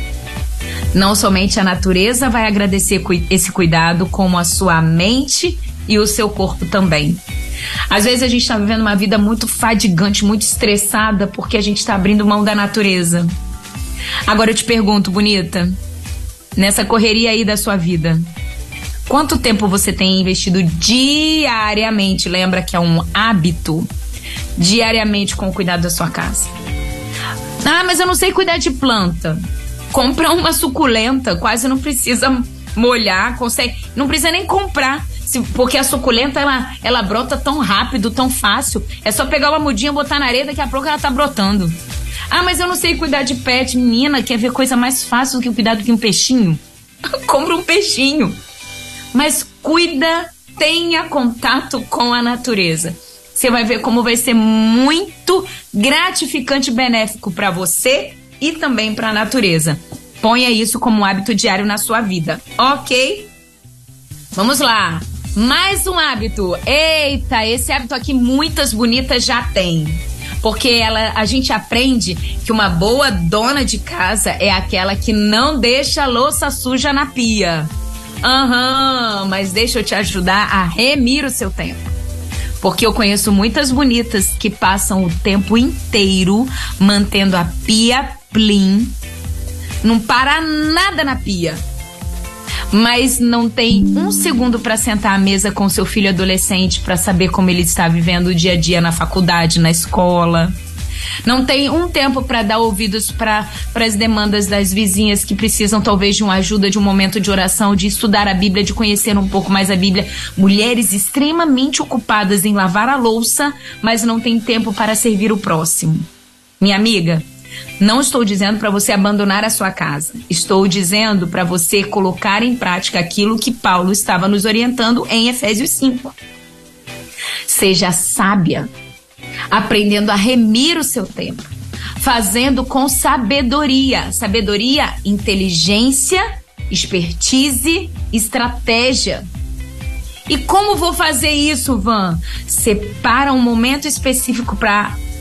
Não somente a natureza vai agradecer esse cuidado, como a sua mente e o seu corpo também. Às vezes a gente está vivendo uma vida muito fadigante, muito estressada, porque a gente está abrindo mão da natureza. Agora eu te pergunto, bonita, nessa correria aí da sua vida, quanto tempo você tem investido diariamente? Lembra que é um hábito? Diariamente com o cuidado da sua casa. Ah, mas eu não sei cuidar de planta. Compra uma suculenta, quase não precisa molhar, consegue, não precisa nem comprar, porque a suculenta ela brota tão rápido, tão fácil. É só pegar uma mudinha, botar na areia, daqui a pouco ela tá brotando. Ah, mas eu não sei cuidar de pet. Menina, quer ver coisa mais fácil do que cuidar do que um peixinho? Compra um peixinho. Mas cuida, tenha contato com a natureza. Você vai ver como vai ser muito gratificante e benéfico para você e também para a natureza. Ponha isso como hábito diário na sua vida, ok? Vamos lá. Mais um hábito. Eita, esse hábito aqui muitas bonitas já têm. Porque a gente aprende que uma boa dona de casa é aquela que não deixa a louça suja na pia. Mas deixa eu te ajudar a remir o seu tempo. Porque eu conheço muitas bonitas que passam o tempo inteiro mantendo a pia clean, não para nada na pia, mas não tem um segundo para sentar à mesa com seu filho adolescente para saber como ele está vivendo o dia a dia na faculdade, na escola. Não tem um tempo para dar ouvidos para as demandas das vizinhas que precisam talvez de uma ajuda, de um momento de oração, de estudar a Bíblia, de conhecer um pouco mais a Bíblia. Mulheres extremamente ocupadas em lavar a louça, mas não tem tempo para servir o próximo. Minha amiga, não estou dizendo para você abandonar a sua casa. Estou dizendo para você colocar em prática aquilo que Paulo estava nos orientando em Efésios 5. Seja sábia, aprendendo a remir o seu tempo, fazendo com sabedoria. Sabedoria, inteligência, expertise, estratégia. E como vou fazer isso, Van? Separa um momento específico para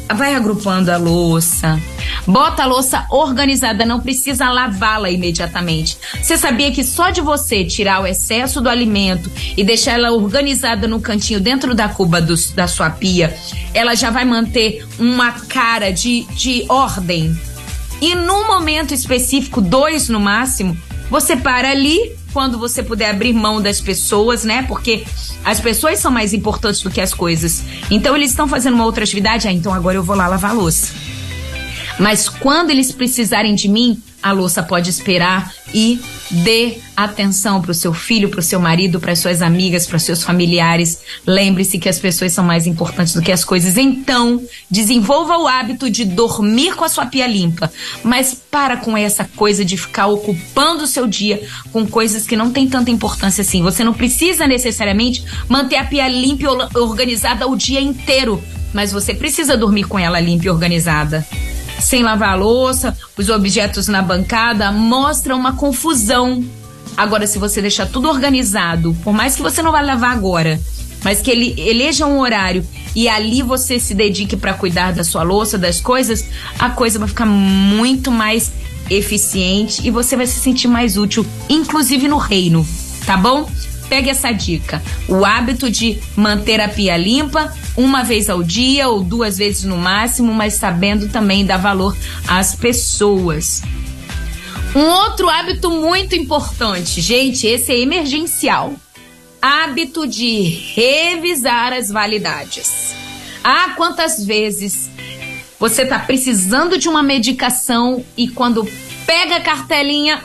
vai agrupando a louça, bota a louça organizada, não precisa lavá-la imediatamente. Você sabia que só de você tirar o excesso do alimento e deixar ela organizada no cantinho dentro da cuba da sua pia, ela já vai manter uma cara de ordem? E num momento específico, 2 no máximo, você para ali, quando você puder abrir mão das pessoas, né? Porque as pessoas são mais importantes do que as coisas. Então eles estão fazendo uma outra atividade, então agora eu vou lá lavar a louça. Mas quando eles precisarem de mim, a louça pode esperar, e dê atenção para o seu filho, para o seu marido, para as suas amigas, para os seus familiares. Lembre-se que as pessoas são mais importantes do que as coisas. Então, desenvolva o hábito de dormir com a sua pia limpa. Mas para com essa coisa de ficar ocupando o seu dia com coisas que não tem tanta importância assim. Você não precisa necessariamente manter a pia limpa e organizada o dia inteiro, mas você precisa dormir com ela limpa e organizada. Sem lavar a louça, os objetos na bancada mostram uma confusão. Agora, se você deixar tudo organizado, por mais que você não vá lavar agora, mas que ele eleja um horário e ali você se dedique para cuidar da sua louça, das coisas, a coisa vai ficar muito mais eficiente e você vai se sentir mais útil, inclusive no reino, tá bom? Pegue essa dica, o hábito de manter a pia limpa 1 vez ao dia ou 2 vezes no máximo, mas sabendo também dar valor às pessoas. Um outro hábito muito importante, gente, esse é emergencial. Hábito de revisar as validades. Ah, quantas vezes você tá precisando de uma medicação e quando pega a cartelinha,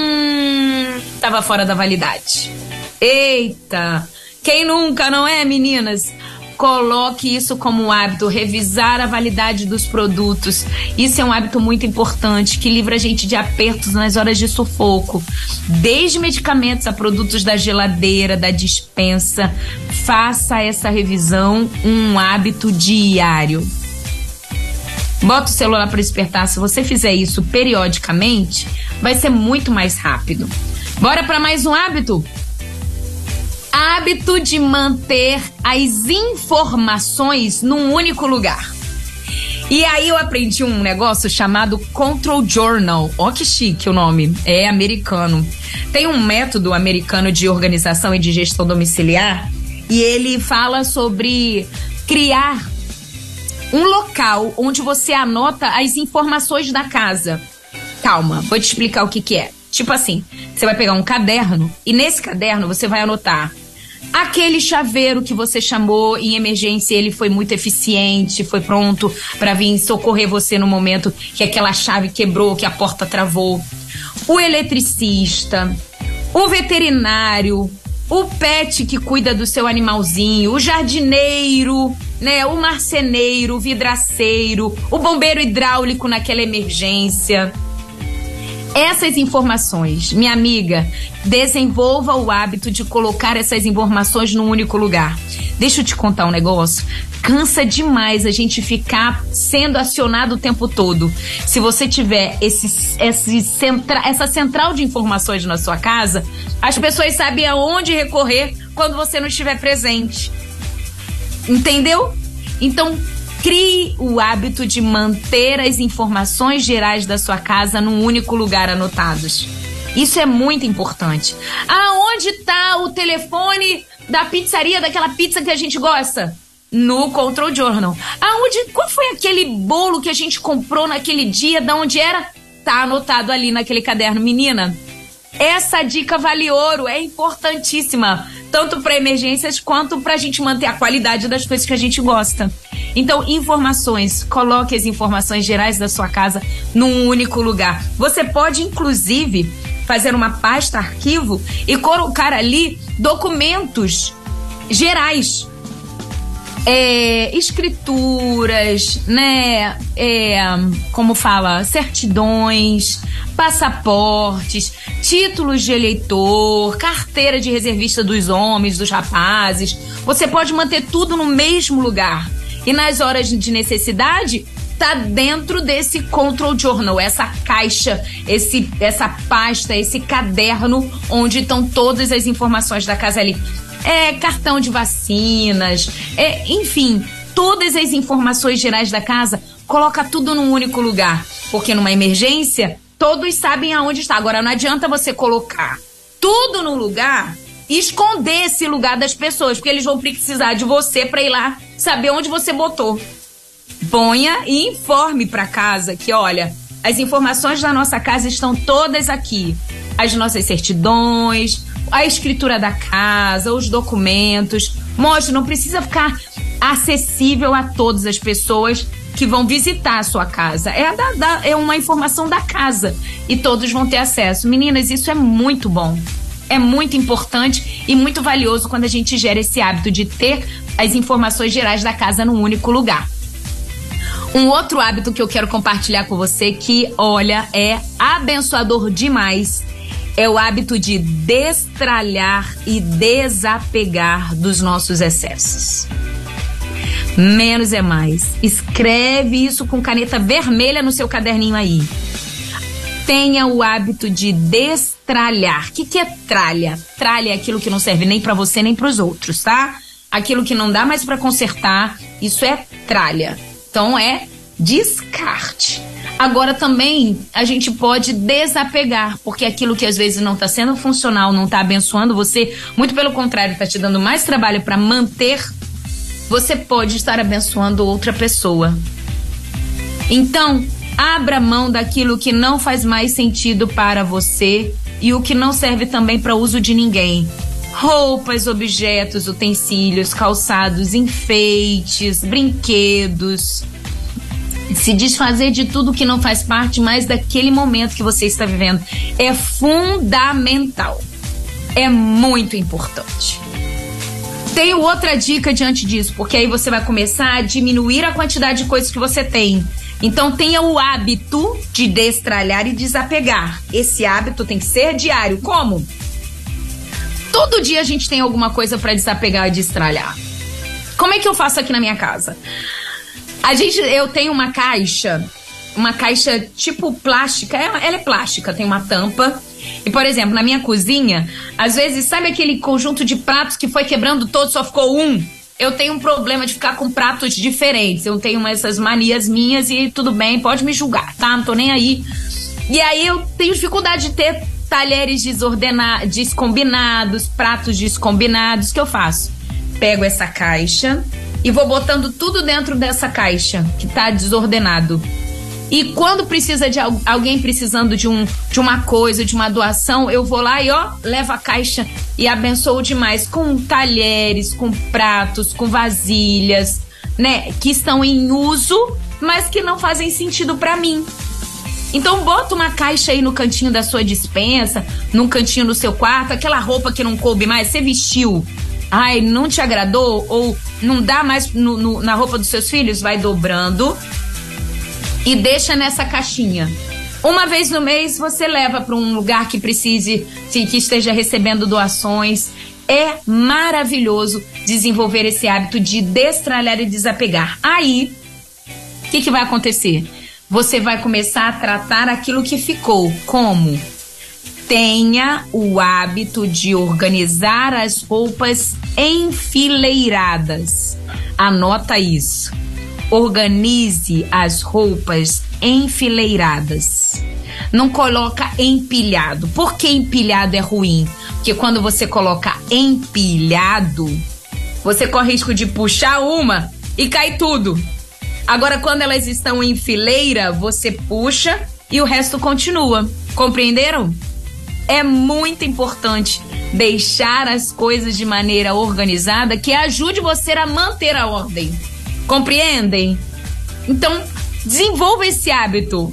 tava fora da validade. Eita, quem nunca, não é, meninas? Coloque isso como hábito, revisar a validade dos produtos. Isso é um hábito muito importante, que livra a gente de apertos nas horas de sufoco. Desde medicamentos a produtos da geladeira, da despensa. Faça essa revisão um hábito diário. Bota o celular para despertar. Se você fizer isso periodicamente, vai ser muito mais rápido. Bora para mais um hábito? Hábito de manter as informações num único lugar. E aí eu aprendi um negócio chamado Control Journal. Ó, que chique o nome. É americano. Tem um método americano de organização e de gestão domiciliar e ele fala sobre criar um local onde você anota as informações da casa. Calma, vou te explicar o que é. Tipo assim, você vai pegar um caderno e nesse caderno você vai anotar aquele chaveiro que você chamou em emergência, ele foi muito eficiente, foi pronto para vir socorrer você no momento que aquela chave quebrou, que a porta travou. O eletricista, o veterinário, o pet que cuida do seu animalzinho, o jardineiro, né, o marceneiro, o vidraceiro, o bombeiro hidráulico naquela emergência. Essas informações, minha amiga, desenvolva o hábito de colocar essas informações num único lugar. Deixa eu te contar um negócio. Cansa demais a gente ficar sendo acionado o tempo todo. Se você tiver essa central de informações na sua casa, as pessoas sabem aonde recorrer quando você não estiver presente. Entendeu? Então, crie o hábito de manter as informações gerais da sua casa num único lugar anotados. Isso é muito importante. Aonde está o telefone da pizzaria, daquela pizza que a gente gosta? No Control Journal. Qual foi aquele bolo que a gente comprou naquele dia? De onde era? Tá anotado ali naquele caderno. Menina, essa dica vale ouro, é importantíssima. Tanto para emergências quanto para a gente manter a qualidade das coisas que a gente gosta. Então, informações, coloque as informações gerais da sua casa num único lugar. Você pode, inclusive, fazer uma pasta arquivo e colocar ali documentos gerais. Escrituras, né? Como fala? Certidões, passaportes, títulos de eleitor, carteira de reservista dos homens, dos rapazes. Você pode manter tudo no mesmo lugar. E nas horas de necessidade, tá dentro desse Control Journal, essa caixa, essa pasta, esse caderno onde estão todas as informações da casa ali. Cartão de vacinas, enfim, todas as informações gerais da casa, coloca tudo num único lugar. Porque numa emergência, todos sabem aonde está. Agora, não adianta você colocar tudo num lugar e esconder esse lugar das pessoas, porque eles vão precisar de você para ir lá saber onde você botou. Ponha e informe para casa que, olha, as informações da nossa casa estão todas aqui. As nossas certidões, a escritura da casa, os documentos. Mostre, não precisa ficar acessível a todas as pessoas que vão visitar a sua casa. É uma informação da casa e todos vão ter acesso. Meninas, isso é muito bom. É muito importante e muito valioso quando a gente gera esse hábito de ter as informações gerais da casa num único lugar. Um outro hábito que eu quero compartilhar com você que, olha, é abençoador demais, é o hábito de destralhar e desapegar dos nossos excessos. Menos é mais. Escreve isso com caneta vermelha no seu caderninho aí. Tenha o hábito de destralhar. O que é tralha? Tralha é aquilo que não serve nem pra você nem pros outros, tá? Aquilo que não dá mais pra consertar, isso é tralha. Então é descarte. Agora também a gente pode desapegar, porque aquilo que às vezes não tá sendo funcional, não tá abençoando você, muito pelo contrário, tá te dando mais trabalho pra manter, você pode estar abençoando outra pessoa. Então, abra mão daquilo que não faz mais sentido para você e o que não serve também para uso de ninguém. Roupas, objetos, utensílios, calçados, enfeites, brinquedos. Se desfazer de tudo que não faz parte mais daquele momento que você está vivendo é fundamental. É muito importante. Tenho outra dica diante disso, porque aí você vai começar a diminuir a quantidade de coisas que você tem. Então tenha o hábito de destralhar e desapegar. Esse hábito tem que ser diário. Como? Todo dia a gente tem alguma coisa para desapegar e destralhar. Como é que eu faço aqui na minha casa? Eu tenho uma caixa tipo plástica, ela é plástica, tem uma tampa. E, por exemplo, na minha cozinha, às vezes, sabe aquele conjunto de pratos que foi quebrando todo, só ficou um? Eu tenho um problema de ficar com pratos diferentes. Eu tenho essas manias minhas e tudo bem, pode me julgar, tá? Não tô nem aí. E aí eu tenho dificuldade de ter talheres descombinados, pratos descombinados. O que eu faço? Pego essa caixa e vou botando tudo dentro dessa caixa que tá desordenado. E quando precisa de alguém precisando de uma coisa, de uma doação, eu vou lá e levo a caixa e abençoo demais com talheres, com pratos, com vasilhas, né? Que estão em uso, mas que não fazem sentido pra mim. Então bota uma caixa aí no cantinho da sua despensa, num cantinho do seu quarto, aquela roupa que não coube mais, você vestiu. Ai, não te agradou? Ou não dá mais na roupa dos seus filhos? Vai dobrando e deixa nessa caixinha. Uma vez no mês você leva para um lugar que precise, que esteja recebendo doações. É maravilhoso desenvolver esse hábito de destralhar e desapegar. Aí, o que vai acontecer? Você vai começar a tratar aquilo que ficou. Como? Tenha o hábito de organizar as roupas enfileiradas. Anota isso. Organize as roupas enfileiradas. Não coloca empilhado. Por que empilhado é ruim? Porque quando você coloca empilhado, você corre risco de puxar uma e cai tudo. Agora, quando elas estão em fileira, você puxa e o resto continua. Compreenderam? É muito importante deixar as coisas de maneira organizada que ajude você a manter a ordem. Compreendem? Então, desenvolva esse hábito.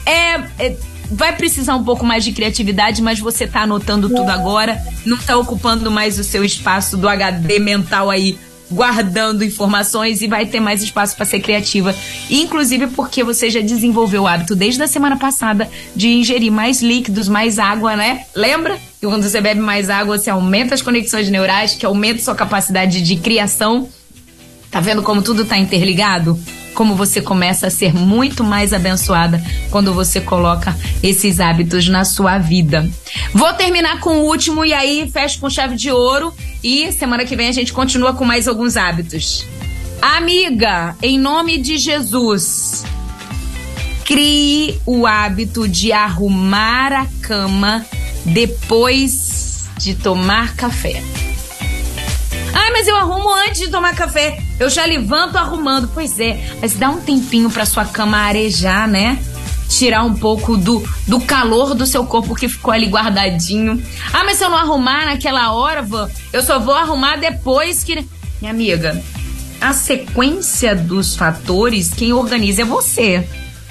Vai precisar um pouco mais de criatividade, mas você tá anotando tudo agora, não tá ocupando mais o seu espaço do HD mental aí, guardando informações, e vai ter mais espaço para ser criativa. Inclusive porque você já desenvolveu o hábito desde a semana passada de ingerir mais líquidos, mais água, né? Lembra? Que quando você bebe mais água, você aumenta as conexões neurais, que aumenta sua capacidade de criação. Tá vendo como tudo tá interligado? Como você começa a ser muito mais abençoada quando você coloca esses hábitos na sua vida. Vou terminar com o último e aí fecho com chave de ouro. E semana que vem a gente continua com mais alguns hábitos. Amiga, em nome de Jesus, crie o hábito de arrumar a cama depois de tomar café. Ai, mas eu arrumo antes de tomar café. Eu já levanto arrumando. Pois é, mas dá um tempinho pra sua cama arejar, né? Tirar um pouco do calor do seu corpo que ficou ali guardadinho. Ah, mas se eu não arrumar naquela hora, eu só vou arrumar depois que... Minha amiga, a sequência dos fatores, quem organiza é você.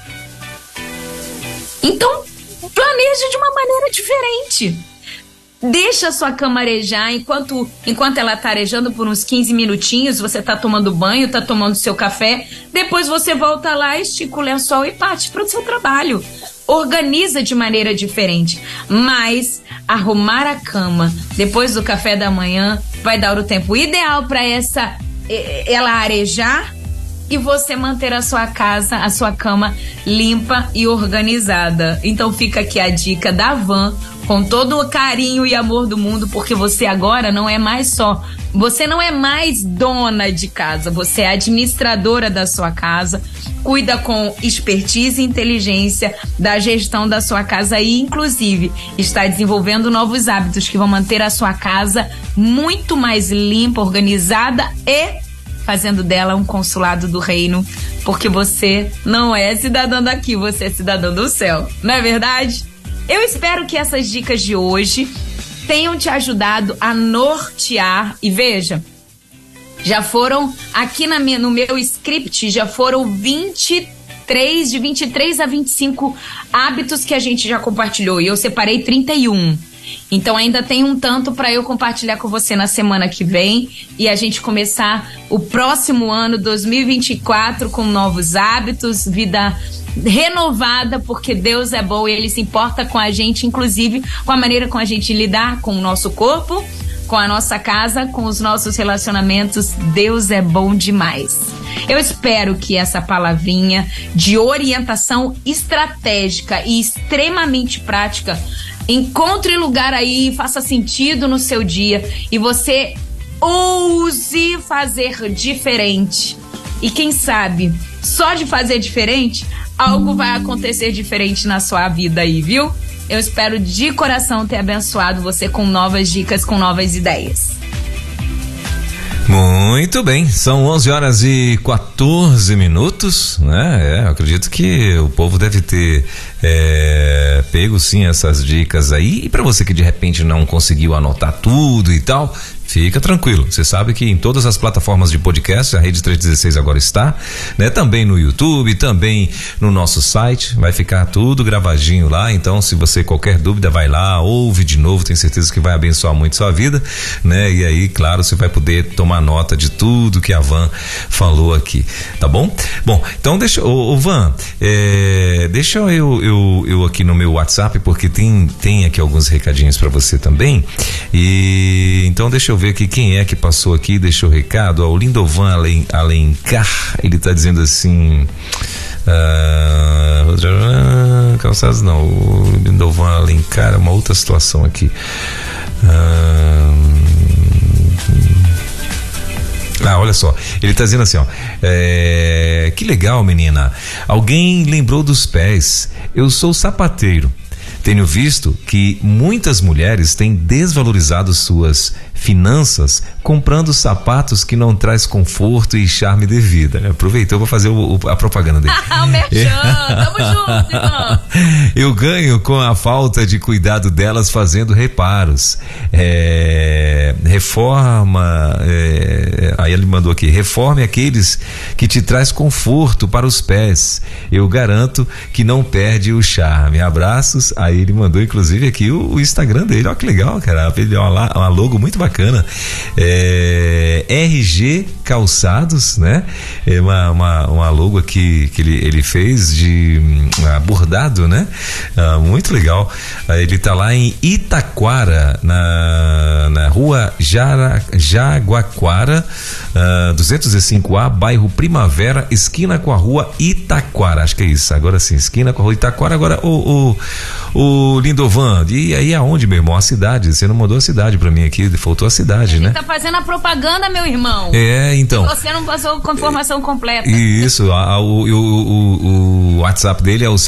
Então, planeja de uma maneira diferente. Deixa a sua cama arejar enquanto ela tá arejando por uns 15 minutinhos, você tá tomando banho, tá tomando seu café, depois você volta lá, estica o lençol e parte pro seu trabalho. Organiza de maneira diferente, mas arrumar a cama depois do café da manhã vai dar o tempo ideal para ela arejar e você manter a sua casa, a sua cama limpa e organizada. Então fica aqui a dica da Van, com todo o carinho e amor do mundo, porque você agora não é mais dona de casa, você é administradora da sua casa, cuida com expertise e inteligência da gestão da sua casa e, inclusive, está desenvolvendo novos hábitos que vão manter a sua casa muito mais limpa, organizada e fazendo dela um consulado do reino, porque você não é cidadã daqui, você é cidadã do céu, não é verdade? Eu espero que essas dicas de hoje tenham te ajudado a nortear. E veja, já foram aqui no meu script, já foram de 23 a 25 hábitos que a gente já compartilhou. E eu separei 31. Então ainda tem um tanto para eu compartilhar com você na semana que vem e a gente começar o próximo ano 2024 com novos hábitos, vida renovada, porque Deus é bom e Ele se importa com a gente, inclusive com a maneira como a gente lidar com o nosso corpo, com a nossa casa, com os nossos relacionamentos. Deus é bom demais. Eu espero que essa palavrinha de orientação estratégica e extremamente prática encontre lugar aí, faça sentido no seu dia e você ouse fazer diferente. E quem sabe, só de fazer diferente, algo vai acontecer diferente na sua vida aí, viu? Eu espero de coração ter abençoado você com novas dicas, com novas ideias. Muito bem, são 11h14, né? Eu acredito que o povo deve ter pego sim essas dicas aí. E para você que de repente não conseguiu anotar tudo e tal, fica tranquilo, você sabe que em todas as plataformas de podcast, a Rede 316 agora está, né? Também no YouTube, também no nosso site, vai ficar tudo gravadinho lá, então se você qualquer dúvida vai lá, ouve de novo, tenho certeza que vai abençoar muito sua vida, né? E aí, claro, você vai poder tomar nota de tudo que a Van falou aqui, tá bom? Bom, então deixa, Van, deixa eu aqui no meu WhatsApp, porque tem aqui alguns recadinhos para você também, e então deixa eu ver aqui quem é que passou aqui, deixou o recado. O Lindovan Alencar, ele tá dizendo assim, calçados não, o Lindovan Alencar é uma outra situação aqui. Olha só, ele tá dizendo assim, ó, que legal, menina, alguém lembrou dos pés, eu sou sapateiro, tenho visto que muitas mulheres têm desvalorizado suas finanças comprando sapatos que não traz conforto e charme de vida, né? Aproveitou para fazer a propaganda dele. O merchan, tamo junto, irmão. Eu ganho com a falta de cuidado delas fazendo reparos. Reforma, aí ele mandou aqui, reforme aqueles que te traz conforto para os pés. Eu garanto que não perde o charme. Abraços. Aí ele mandou inclusive aqui o Instagram dele, ó que legal, cara, ele uma logo muito bacana. RG Calçados, né? Uma logo aqui que ele fez de bordado, né? Muito legal. Ele tá lá em Itaquara, na rua rua Jaguaquara, 205A, bairro Primavera, esquina com a rua Itaquara. Acho que é isso. Agora sim, esquina com a rua Itaquara. Agora, o Lindovan, e aí aonde, meu irmão? A cidade. Você não mandou a cidade pra mim aqui, faltou a cidade, né? Você tá fazendo a propaganda, meu irmão. Então. Você não passou com a informação completa. Isso, o WhatsApp dele é o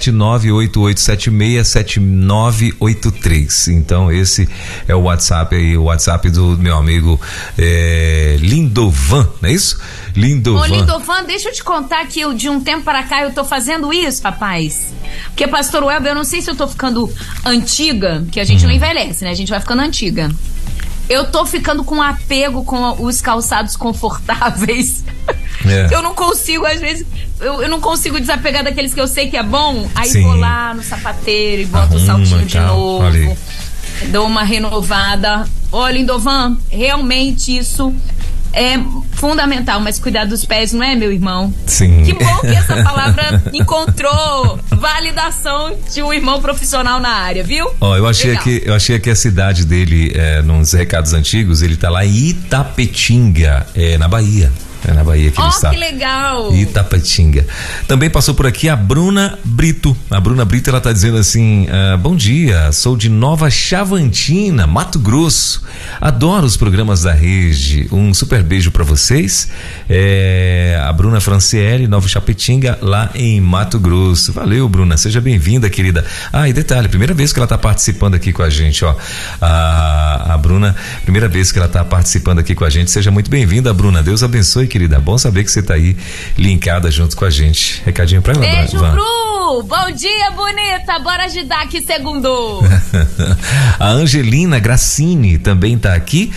77988767983. Então esse é o WhatsApp aí, o WhatsApp do meu amigo Lindovan, não é isso? Lindovan. Ô, Lindovan, deixa eu te contar que de um tempo para cá eu tô fazendo isso, rapaz. Porque, pastor Welber, eu não sei se eu tô ficando antiga, que a gente não envelhece, né? A gente vai ficando antiga. Eu tô ficando com apego com os calçados confortáveis. Eu não consigo, às vezes, eu não consigo desapegar daqueles que eu sei que é bom. Aí Sim. Vou lá no sapateiro e boto o saltinho de novo. Ali. Dou uma renovada. Ô, Lindovan, realmente isso é fundamental, mas cuidar dos pés, não é, meu irmão? Sim. Que bom que essa palavra encontrou validação de um irmão profissional na área, viu? Eu achei que a cidade dele, nos recados antigos, ele tá lá em Itapetinga, na Bahia. É na Bahia que ele está. Que legal! Itapetinga. Também passou por aqui a Bruna Brito. A Bruna Brito, ela tá dizendo assim: bom dia, sou de Nova Chavantina, Mato Grosso. Adoro os programas da rede. Um super beijo pra vocês. A Bruna Franciele, Nova Chapetinga, lá em Mato Grosso. Valeu, Bruna. Seja bem-vinda, querida. E detalhe, primeira vez que ela tá participando aqui com a gente, ó. A Bruna, primeira vez que ela tá participando aqui com a gente. Seja muito bem-vinda, Bruna. Deus abençoe, querida. Bom saber que você tá aí linkada junto com a gente. Recadinho pra ela, Beijo, Bru! Bom dia, bonita! Bora ajudar aqui, segundo! A Angelina Gracini também tá aqui.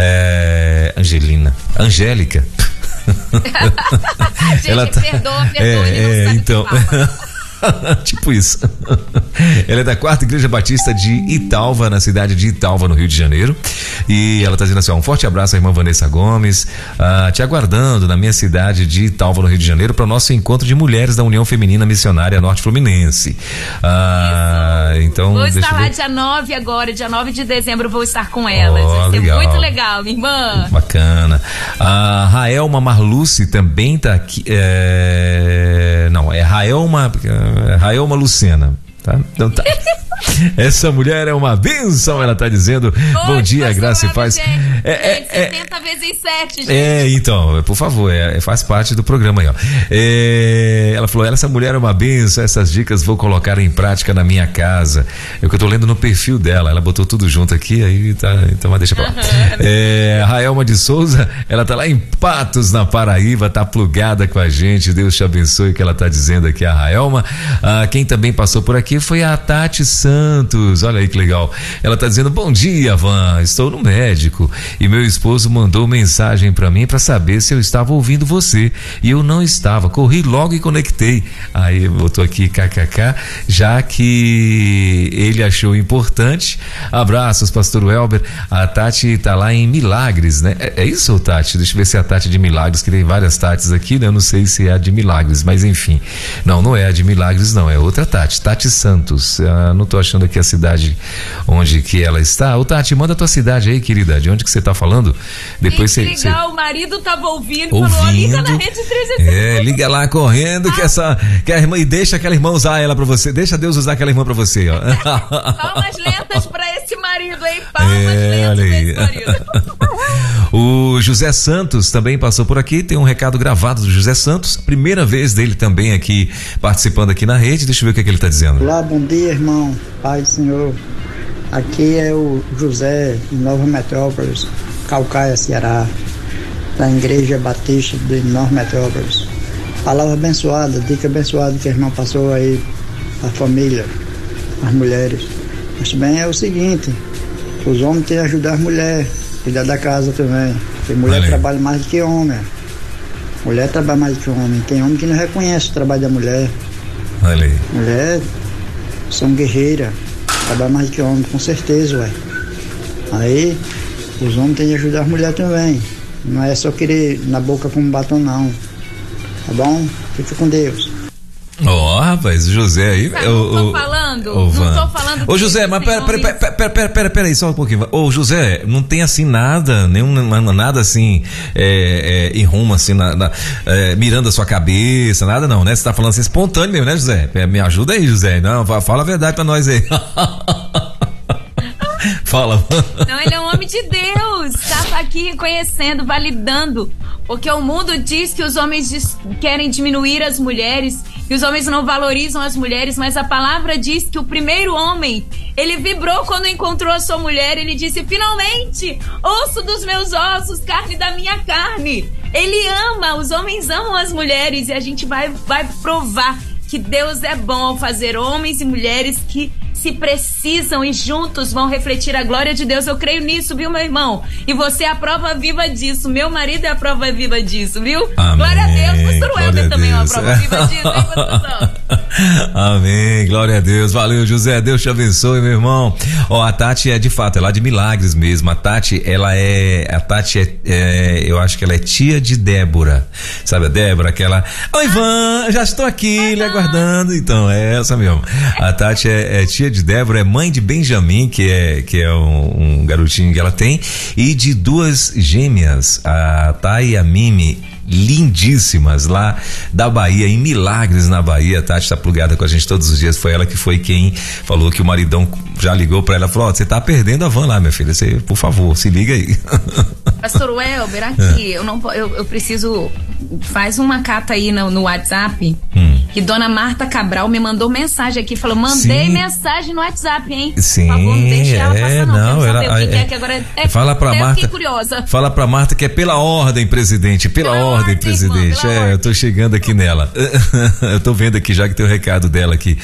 Angélica. Gente, ela tá... perdoa, ele não então. Tipo isso. Ela é da 4ª Igreja Batista de Italva, na cidade de Italva, no Rio de Janeiro. E ela tá dizendo assim: um forte abraço à irmã Vanessa Gomes, te aguardando na minha cidade de Italva, no Rio de Janeiro, para o nosso encontro de mulheres da União Feminina Missionária Norte Fluminense. Então, vou estar lá dia 9 agora, dia 9 de dezembro, vou estar com elas. Vai ser muito legal, minha irmã. Bacana. A Raelma Marluce também tá aqui. Raelma Lucena. Tá? Então tá. Essa mulher é uma bênção, ela tá dizendo. Bom dia, graça e paz. 70 vezes 7, gente. Então, por favor, faz parte do programa aí, ó. Ela falou: essa mulher é uma bênção, essas dicas vou colocar em prática na minha casa. É o que eu tô lendo no perfil dela, ela botou tudo junto aqui, aí tá, então mas deixa pra lá. Raelma de Souza, ela tá lá em Patos, na Paraíba, tá plugada com a gente. Deus te abençoe, o que ela tá dizendo aqui, a Raelma. Quem também passou por aqui foi a Tati Santos, olha aí que legal. Ela tá dizendo: bom dia, Van, estou no médico e meu esposo mandou mensagem pra mim pra saber se eu estava ouvindo você e eu não estava, corri logo e conectei. Aí botou aqui kkk, já que ele achou importante. Abraços, pastor Welber. A Tati tá lá em Milagres, né? É isso, Tati? Deixa eu ver se é a Tati de Milagres, que tem várias Tatis aqui, né? Eu não sei se é a de Milagres, mas enfim, não é a de Milagres, não, é outra Tati Santos. Não tô achando aqui a cidade onde que ela está. Ô, Tati, manda a tua cidade aí, querida, de onde que você tá falando? Depois que legal, o marido tava ouvindo. Falou: liga na Rede 360. Liga lá correndo que a irmã, e deixa aquela irmã usar ela pra você, deixa Deus usar aquela irmã pra você, ó. Palmas lentas pra esse marido, hein? Palmas lentas pra esse marido. O José Santos também passou por aqui, tem um recado gravado do José Santos, primeira vez dele também aqui, participando aqui na rede. Deixa eu ver o que ele tá dizendo. Olá, bom dia, irmão, Pai do Senhor. Aqui é o José, de Nova Metrópolis, Calcaia, Ceará, da Igreja Batista de Nova Metrópolis. Palavra abençoada, dica abençoada que o irmão passou aí, a família, as mulheres. Mas também é o seguinte: os homens têm que ajudar as mulheres, cuidar da casa também, porque mulher trabalha mais do que homem. Mulher trabalha mais do que homem. Tem homem que não reconhece o trabalho da mulher. Mulher são guerreiras, trabalha mais do que homem, com certeza, ué. Aí os homens têm que ajudar as mulheres também. Não é só querer na boca como batom, não. Tá bom? Fica com Deus. Rapaz, o José aí. Sabe o que eu tô falando? falando. Ô, Van. Não tô falando. Ô, José, mas pera aí, só um pouquinho. Ô, José, não tem assim nada, nada assim, em rumo, assim, mirando a sua cabeça, nada não, né? Você tá falando assim espontâneo mesmo, né, José? Me ajuda aí, José. Não, fala a verdade pra nós aí. Fala. Não, ele é um homem de Deus. Tá aqui reconhecendo, validando. Porque o mundo diz que os homens querem diminuir as mulheres, que os homens não valorizam as mulheres, mas a palavra diz que o primeiro homem, ele vibrou quando encontrou a sua mulher, ele disse, finalmente, osso dos meus ossos, carne da minha carne. Ele ama, os homens amam as mulheres e a gente vai provar que Deus é bom ao fazer homens e mulheres que se precisam e juntos vão refletir a glória de Deus. Eu creio nisso, viu, meu irmão? E você é a prova viva disso. Meu marido é a prova viva disso, viu? Amém. Glória a Deus. Pastor Welber também é uma prova viva disso, hein, pastorzão? Amém, glória a Deus. Valeu, José, Deus te abençoe, meu irmão. A Tati é de fato, é lá de Milagres mesmo. A Tati, eu acho que ela é tia de Débora. Sabe a Débora, aquela, oi, Ivan, já estou aqui, lhe aguardando. Então, é essa mesmo. A Tati é tia de Débora, é mãe de Benjamin, que é um garotinho que ela tem, e de duas gêmeas, a Thay e a Mimi, lindíssimas, lá da Bahia, em Milagres, na Bahia. A Tati tá plugada com a gente todos os dias. Foi ela que foi quem falou que o maridão já ligou pra ela e falou, você tá perdendo a van lá, minha filha, você, por favor, se liga aí. Pastor Welber, aqui, eu preciso, faz uma carta aí no WhatsApp, que Dona Marta Cabral me mandou mensagem aqui, falou, mandei mensagem no WhatsApp, hein? Sim, por favor, não deixe ela passar não, não, ela, o que é que agora fala pra Marta, fiquei curiosa. Fala pra Marta que é pela ordem, presidente, pela ordem, presidente, irmã, eu tô chegando aqui nela, eu tô vendo aqui já que tem o recado dela aqui,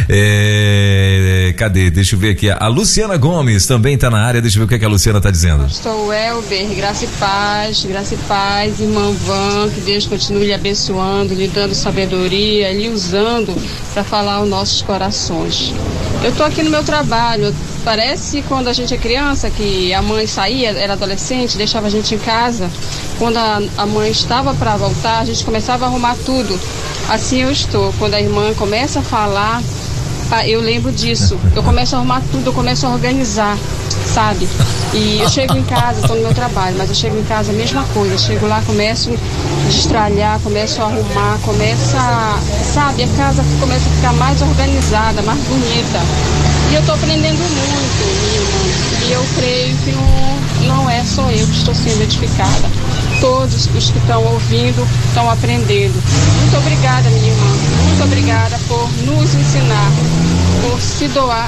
cadê, deixa eu ver aqui, a Luciana Gomes também tá na área, deixa eu ver o que a Luciana tá dizendo. Pastor Welber, graça e paz, irmã Van, que Deus continue lhe abençoando, lhe dando sabedoria, lhe usando para falar aos nossos corações. Eu tô aqui no meu trabalho, parece quando a gente é criança, que a mãe saía, era adolescente, deixava a gente em casa, quando a mãe estava para voltar, a gente começava a arrumar tudo. Assim eu estou, quando a irmã começa a falar, eu lembro disso, eu começo a arrumar tudo, eu começo a organizar, sabe? E eu chego em casa, estou no meu trabalho, mas eu chego em casa a mesma coisa, eu chego lá, começo a destralhar, começo a arrumar, sabe, a casa começa a ficar mais organizada, mais bonita. E eu estou aprendendo muito, minha irmã, e eu creio que não é só eu que estou sendo edificada. Todos os que estão ouvindo estão aprendendo. Muito obrigada, minha irmã. Muito obrigada por nos ensinar, por se doar,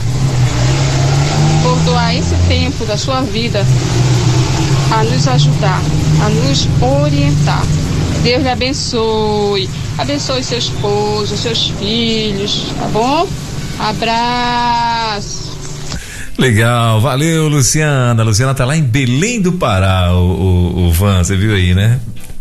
por doar esse tempo da sua vida a nos ajudar, a nos orientar. Deus lhe abençoe. Abençoe seu esposo, seus filhos, tá bom? Abraço. Legal, valeu, Luciana. A Luciana tá lá em Belém do Pará, o Van, você viu aí, né?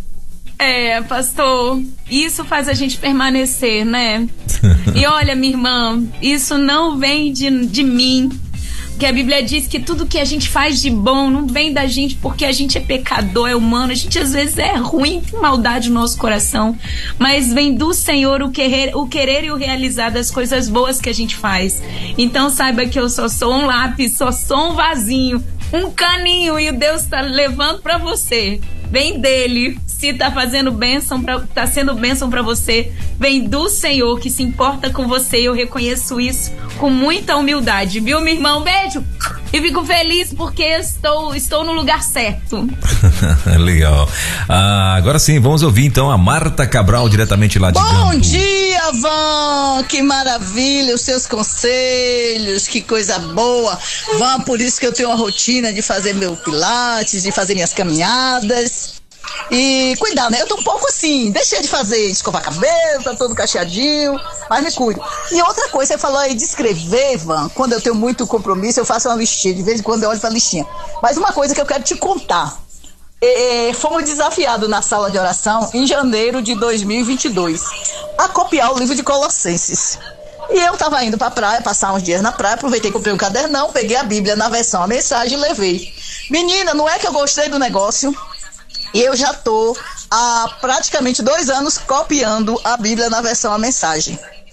Pastor, isso faz a gente permanecer, né? E olha, minha irmã, isso não vem de mim, porque a Bíblia diz que tudo que a gente faz de bom não vem da gente, porque a gente é pecador, é humano, a gente às vezes é ruim, tem maldade no nosso coração, mas vem do Senhor o querer e o realizar das coisas boas que a gente faz. Então saiba que eu só sou um lápis, só sou um vasinho, um caninho, e o Deus está levando para você. Vem dele. Se tá fazendo bênção, tá sendo bênção pra você, vem do Senhor que se importa com você, e eu reconheço isso com muita humildade, viu, meu irmão? Beijo! E fico feliz porque estou no lugar certo. Legal. Agora sim, vamos ouvir então a Marta Cabral, diretamente lá de Gambu. Bom dia, Van! Que maravilha, os seus conselhos, que coisa boa. Van, por isso que eu tenho uma rotina de fazer meu pilates, de fazer minhas caminhadas. E cuidar, né? Eu tô um pouco assim, deixei de fazer, escovar a cabeça, todo cacheadinho, mas me cuido. E outra coisa, você falou aí de escrever, Van, quando eu tenho muito compromisso, eu faço uma listinha, de vez em quando eu olho pra listinha. Mas uma coisa que eu quero te contar, fomos desafiados na sala de oração em janeiro de 2022 a copiar o livro de Colossenses. E eu tava indo pra praia, passar uns dias na praia, aproveitei, comprei um cadernão, peguei a Bíblia na versão, a mensagem e levei. Menina, não é que eu gostei do negócio? E eu já tô há praticamente 2 anos copiando a Bíblia na versão a mensagem.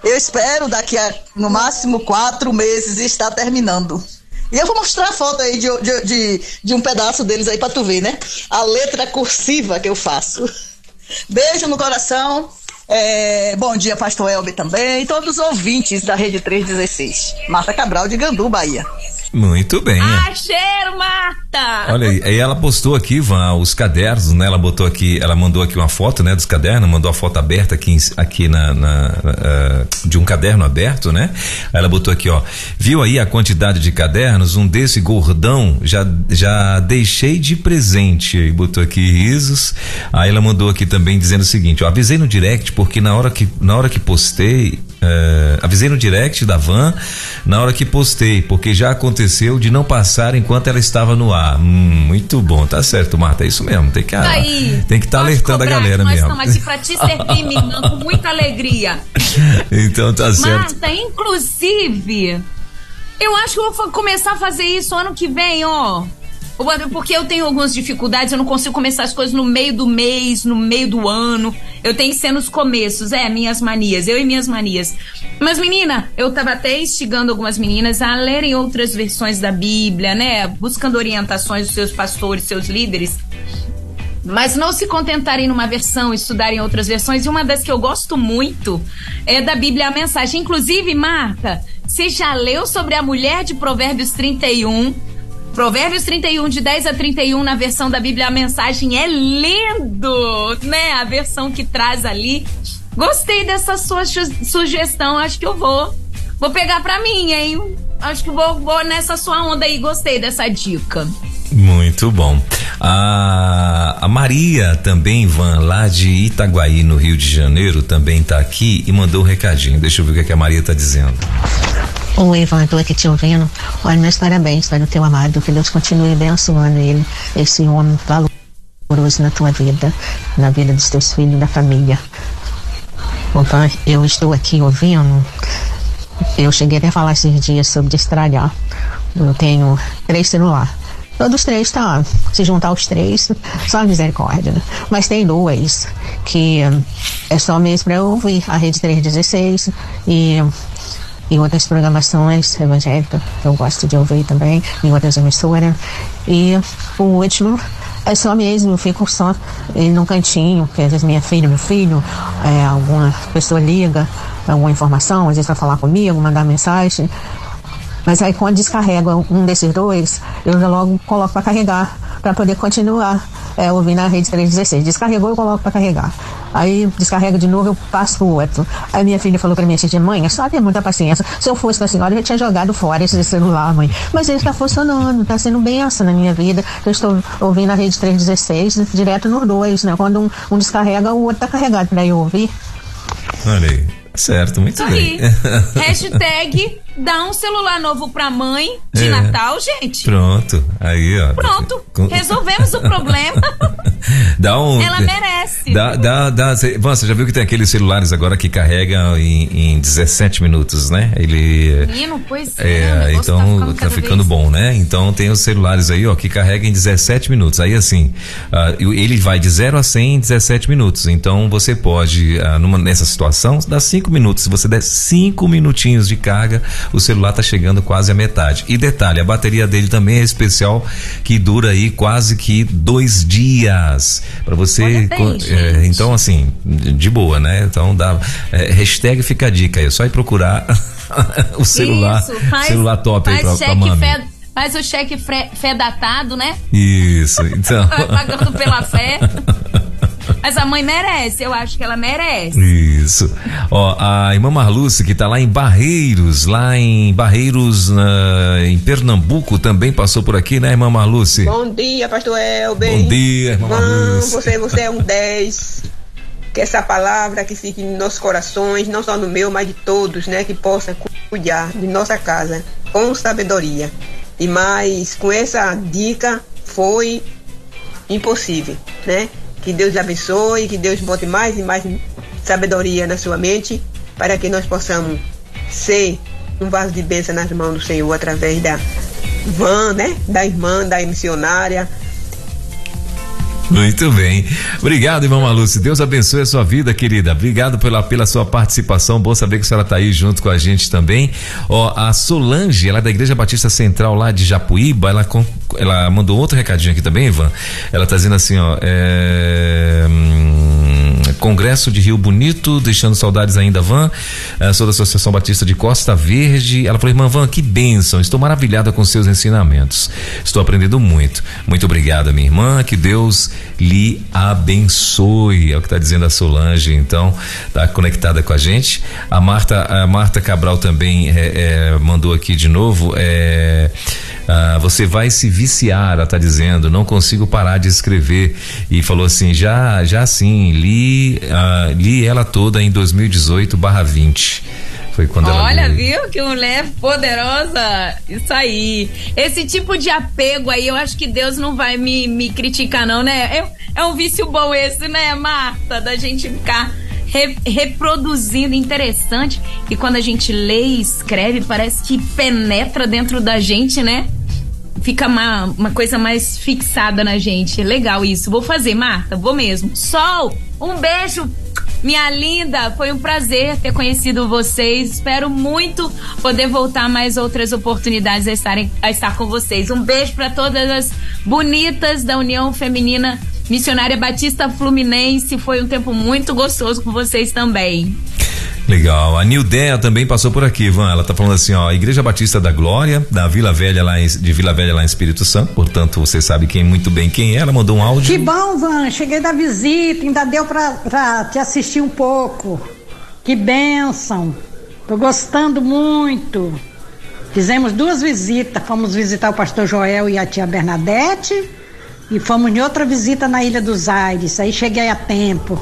Eu espero daqui a, no máximo, 4 meses estar terminando. E eu vou mostrar a foto aí de um pedaço deles aí pra tu ver, né? A letra cursiva que eu faço. Beijo no coração. Bom dia, pastor Elber também. E todos os ouvintes da Rede 316. Marta Cabral de Gandu, Bahia. Muito bem. Cheiro, Marta! Olha aí ela postou aqui, Van, os cadernos, né? Ela botou aqui, ela mandou aqui uma foto, né, dos cadernos, mandou a foto aberta aqui de um caderno aberto, né? Aí ela botou aqui, ó, viu aí a quantidade de cadernos? Um desse gordão já deixei de presente. E botou aqui risos. Aí ela mandou aqui também dizendo o seguinte, ó, avisei no direct porque na hora que postei, avisei no direct da Van na hora que postei, porque já aconteceu de não passar enquanto ela estava no ar. Muito bom, tá certo, Marta, é isso mesmo, tem que estar alertando a galera mesmo. Não, mas pra te servir, minha irmã, com muita alegria. Então tá certo. Marta, inclusive, eu acho que eu vou começar a fazer isso ano que vem, ó. Porque eu tenho algumas dificuldades, eu não consigo começar as coisas no meio do mês, no meio do ano. Eu tenho que ser nos começos, minhas manias, eu e minhas manias. Mas, menina, eu tava até instigando algumas meninas a lerem outras versões da Bíblia, né? Buscando orientações dos seus pastores, seus líderes. Mas não se contentarem numa versão, estudarem outras versões. E uma das que eu gosto muito é da Bíblia a Mensagem. Inclusive, Marta, você já leu sobre a mulher de Provérbios 31? Provérbios 31, de 10 a 31, na versão da Bíblia, a Mensagem é lindo, né? A versão que traz ali. Gostei dessa sua sugestão, acho que eu vou pegar pra mim, hein? Acho que vou nessa sua onda aí, gostei dessa dica. Muito bom. A Maria também, Van, lá de Itaguaí, no Rio de Janeiro, também tá aqui e mandou um recadinho. Deixa eu ver o que a Maria tá dizendo. Oi, Ivan, tô aqui te ouvindo. Olha, meus parabéns para o teu amado, que Deus continue abençoando ele, esse homem valoroso na tua vida, na vida dos teus filhos, da família. Opa, eu estou aqui ouvindo, eu cheguei até a falar esses dias sobre estragar. Eu tenho 3 celulares. Todos 3 tá, se juntar os 3, só misericórdia, né? Mas tem 2 que é só mesmo para eu ouvir a Rede 316 e outras programações evangélicas que eu gosto de ouvir também, em outras emissoras. E o último é só mesmo, eu fico só num cantinho, porque às vezes minha filha, meu filho, alguma pessoa liga alguma informação, às vezes vai falar comigo, mandar mensagem. Mas aí quando descarrega um desses 2, eu já logo coloco para carregar, para poder continuar ouvindo a Rede 316. Descarregou, eu coloco para carregar. Aí descarrega de novo, eu passo pro outro. Aí minha filha falou pra mim assim, mãe, é só ter muita paciência. Se eu fosse com a senhora, eu já tinha jogado fora esse celular, mãe. Mas ele está funcionando, está sendo benção na minha vida. Eu estou ouvindo a Rede 316 direto nos 2, né? Quando um descarrega, o outro tá carregado para eu ouvir. Olha aí. Certo, muito bem. Hashtag dá um celular novo pra mãe de Natal, gente. Pronto, aí ó. Pronto, resolvemos o problema. Ela merece. Você já viu que tem aqueles celulares agora que carregam em 17 minutos, né? Menino, pois então tá ficando bom, né? Então tem os celulares aí, ó, que carregam em 17 minutos. Aí assim, ele vai de 0 a 100 em 17 minutos. Então você pode, nessa situação, dar 5 minutos. Se você der 5 minutinhos de carga, o celular tá chegando quase à metade. E detalhe, a bateria dele também é especial, que dura aí quase que 2 dias para você. Então assim, de boa, né? Então dá, hashtag fica a dica aí, é só ir procurar o celular. Isso, celular top aí pra mami. Faz o cheque fé datado, né? Isso, então. Pagando pela fé. Mas a mãe merece, eu acho que ela merece. Isso. Ó, a irmã Marluce, que tá lá em Barreiros, em Pernambuco, também passou por aqui, né, irmã Marluce? Bom dia, pastor Elber. Bom dia, irmã Marluce. Você é um 10. Que essa palavra que fique em nossos corações, não só no meu, mas de todos, né, que possa cuidar de nossa casa com sabedoria. E mais, com essa dica foi impossível, né? Que Deus lhe abençoe, que Deus bote mais e mais sabedoria na sua mente, para que nós possamos ser um vaso de bênção nas mãos do Senhor, através da Van, né? Da irmã, da missionária, Muito bem. Obrigado, irmã Malúcia. Deus abençoe a sua vida, querida. Obrigado pela sua participação. Bom saber que a senhora está aí junto com a gente também. A Solange, ela é da Igreja Batista Central lá de Japuíba, ela mandou outro recadinho aqui também, Ivan. Ela está dizendo assim, Congresso de Rio Bonito, deixando saudades ainda, Van. Sou da Associação Batista de Costa Verde. Ela falou, irmã Van, que bênção, estou maravilhada com seus ensinamentos. Estou aprendendo muito. Muito obrigada, minha irmã, que Deus lhe abençoe. É o que está dizendo a Solange, então, tá conectada com a gente. A Marta Cabral também mandou aqui de novo, você vai se viciar, ela tá dizendo, não consigo parar de escrever, e falou assim, já sim, li ela toda em 2018/20. Foi quando Olha, viu? Que mulher poderosa. Isso aí. Esse tipo de apego aí, eu acho que Deus não vai me criticar, não, né? É um vício bom esse, né, Marta? Da gente ficar reproduzindo. Interessante que quando a gente lê e escreve, parece que penetra dentro da gente, né? Fica uma coisa mais fixada na gente. Legal isso. Vou fazer, Marta. Vou mesmo. Sol, um beijo. Minha linda, foi um prazer ter conhecido vocês. Espero muito poder voltar mais outras oportunidades a estar com vocês. Um beijo para todas as bonitas da União Feminina Missionária Batista Fluminense. Foi um tempo muito gostoso com vocês também. Legal. A Nildéia também passou por aqui, Van. Ela tá falando assim, Igreja Batista da Glória, da Vila Velha lá em Espírito Santo. Portanto, você sabe muito bem quem é. Ela mandou um áudio. Que bom, Van. Cheguei da visita, ainda deu pra te assistir um pouco. Que bênção. Tô gostando muito. Fizemos 2 visitas. Fomos visitar o pastor Joel e a tia Bernadette. E fomos em outra visita na Ilha dos Aires. Aí cheguei a tempo.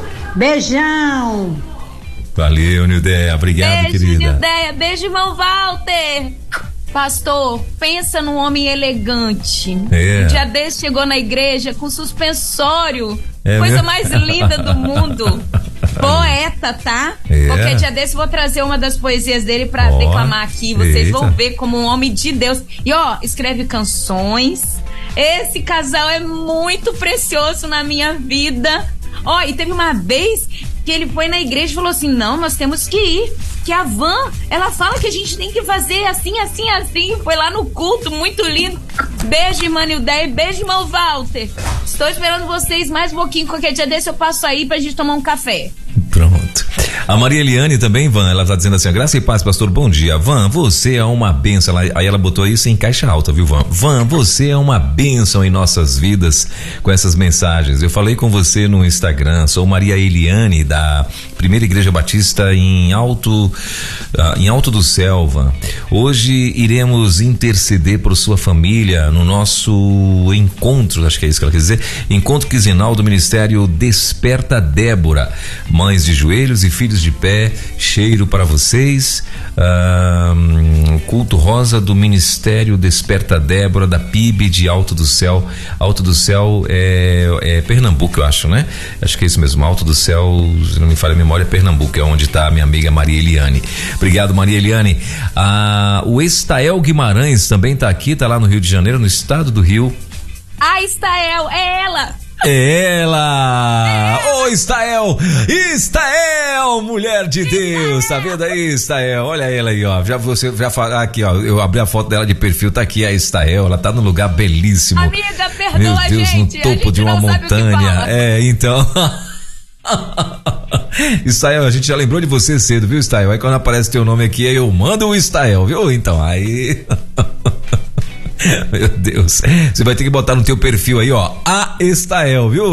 Beijão. Valeu, Nildéia. Obrigado, beijo, querida. Nildéia. Beijo, irmão Walter. Pastor, pensa num homem elegante. Um dia desse chegou na igreja com suspensório. Coisa mais linda do mundo. Poeta, tá? Qualquer dia desse eu vou trazer uma das poesias dele pra declamar aqui. Vocês vão ver como um homem de Deus. E escreve canções. Esse casal é muito precioso na minha vida. E teve uma vez que ele foi na igreja e falou assim, não, nós temos que ir, que a Van, ela fala que a gente tem que fazer assim, assim, assim. Foi lá no culto, muito lindo. Beijo, irmã Nildéia, beijo, irmão Walter. Estou esperando vocês mais um pouquinho, qualquer dia desse eu passo aí pra gente tomar um café. Pronto. A Maria Eliane também, Van, ela tá dizendo assim, graça e paz, pastor, bom dia. Van, você é uma bênção. Aí ela botou isso em caixa alta, viu, Van? Van, você é uma bênção em nossas vidas com essas mensagens. Eu falei com você no Instagram, sou Maria Eliane, da Primeira Igreja Batista em Alto do Céu, Van. Hoje iremos interceder por sua família no nosso encontro, acho que é isso que ela quer dizer, encontro quinzenal do Ministério Desperta Débora. Mães de joelhos e filhos de pé, cheiro para vocês. Culto rosa do Ministério Desperta Débora, da PIB de Alto do Céu. Alto do Céu é Pernambuco, eu acho, né? Acho que é isso mesmo. Alto do Céu, se não me falha a memória, é Pernambuco, é onde está a minha amiga Maria Eliane. Obrigado, Maria Eliane. O Estael Guimarães também está aqui, está lá no Rio de Janeiro, no estado do Rio. Estael, é ela! Ô, Estael, mulher de Deus, tá vendo aí, Estael? Olha ela aí, aqui, eu abri a foto dela de perfil, tá aqui a Estael, ela tá num lugar belíssimo. Amiga, perdoa, meu Deus, gente, no topo de uma montanha. Então. Estael, a gente já lembrou de você cedo, viu, Estael? Aí quando aparece teu nome aqui, aí eu mando o Estael, viu? Então, aí. Meu Deus, você vai ter que botar no teu perfil aí, a Estael, viu?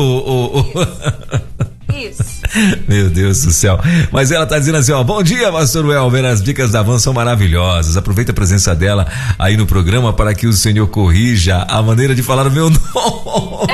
Isso. Meu Deus do céu. Mas ela tá dizendo assim, bom dia, pastor Welber, as dicas da Van são maravilhosas. Aproveita a presença dela aí no programa para que o senhor corrija a maneira de falar o meu nome.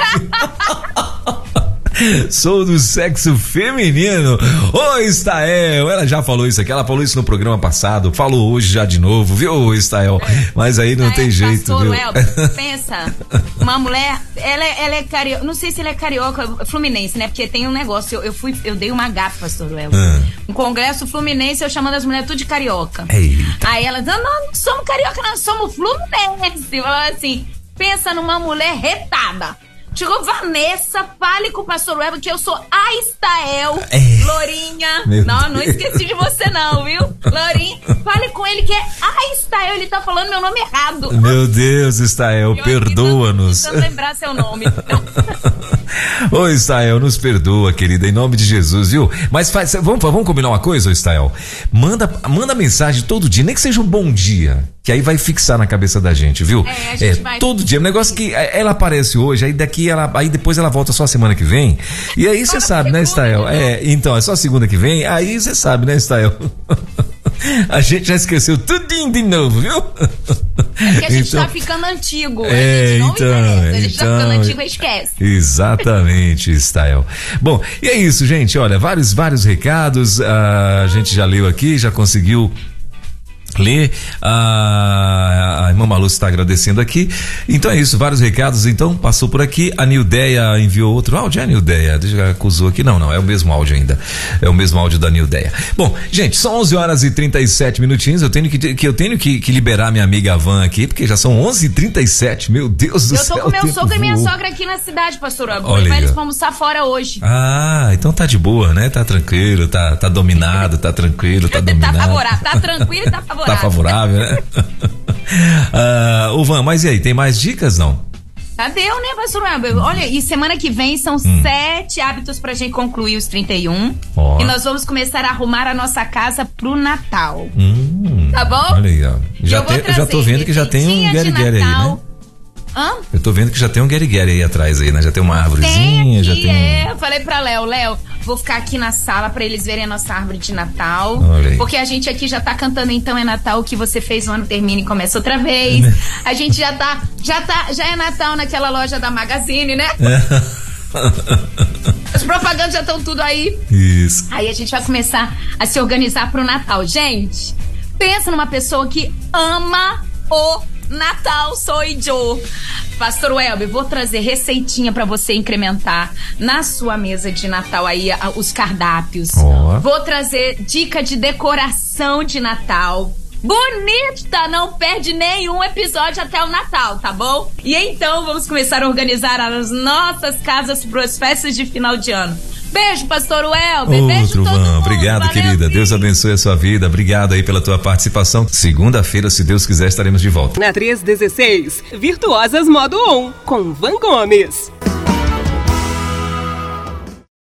Sou do sexo feminino. Ô, Estael, ela já falou isso aqui, ela falou isso no programa passado, falou hoje já de novo, viu, Estael? Mas aí não tem jeito, pastor, viu? Pensa, uma mulher, ela é carioca, não sei se ela é carioca, fluminense, né? Porque tem um negócio, eu dei uma gafa, pastor Welber. Um congresso fluminense, eu chamando as mulheres tudo de carioca. Eita. Aí ela diz, não somos carioca, nós somos fluminense. Falou assim, pensa numa mulher retada. Chegou Vanessa, fale com o pastor Web que eu sou a Estael. Lourinha. Não esqueci de você não, viu? Lourinha, fale com ele que é a Estael, ele tá falando meu nome errado. Meu Deus, Estael, perdoa-nos. Tentando lembrar seu nome. Ô, Estael, nos perdoa, querida, em nome de Jesus, viu? Mas vamos combinar uma coisa, Estael? Manda mensagem todo dia, nem que seja um bom dia, que aí vai fixar na cabeça da gente, viu? A gente vai... todo dia, um negócio que ela aparece hoje, aí depois ela volta só a semana que vem, e aí você sabe, né, Estael? Então, é só a segunda que vem, aí você sabe, né, Estael? A gente já esqueceu tudinho de novo, viu? É porque a gente tá ficando antigo. A gente tá ficando antigo e esquece. Exatamente, Estael. Bom, e é isso, gente. Olha, vários recados. A gente já leu aqui, já conseguiu ler. A irmã Malu está agradecendo aqui. Então é isso, vários recados. Então passou por aqui. A Nildeia enviou outro áudio. É a Nildeia? Acusou aqui. Não, é o mesmo áudio ainda. É o mesmo áudio da Nildeia. Bom, gente, são 11h37 minutinhos. Eu tenho que liberar minha amiga Van aqui, porque já são 11h37. Meu Deus do céu. Eu tô com meu sogro e minha sogra aqui na cidade, pastor. Olha, eles vão almoçar fora hoje. Então tá de boa, né? Tá tranquilo, tá dominado, tá tranquilo, tá dominado. Tá favorável, tá tranquilo e tá favorável. Tá favorável, né? Ô Van, mas e aí, tem mais dicas, não? Deu, né, pastor? Olha, e semana que vem são 7 hábitos pra gente concluir os 31. E nós vamos começar a arrumar a nossa casa pro Natal. Tá bom? Olha aí, ó. Eu já tô vendo que já tem um guerigueri aí, né? Eu tô vendo que já tem um guerigueri aí atrás aí, né? Já tem uma árvorezinha, já tem eu falei pra Léo, vou ficar aqui na sala pra eles verem a nossa árvore de Natal. Porque a gente aqui já tá cantando Então é Natal, o que você fez no ano termina e começa outra vez. A gente já é Natal naquela loja da Magazine, né? As propagandas já estão tudo aí. Isso. Aí a gente vai começar a se organizar pro Natal. Gente, pensa numa pessoa que ama o Natal, sou eu. Pastor Welber, vou trazer receitinha pra você incrementar na sua mesa de Natal aí os cardápios. Vou trazer dica de decoração de Natal. Bonita, não perde nenhum episódio até o Natal, tá bom? E então vamos começar a organizar as nossas casas para as festas de final de ano. Beijo, pastor Welber. Beijo todo mundo. Obrigado, valeu, querida. Filho. Deus abençoe a sua vida. Obrigado aí pela tua participação. Segunda-feira, se Deus quiser, estaremos de volta. Na 316, Virtuosas Modo On, com Van Gomes.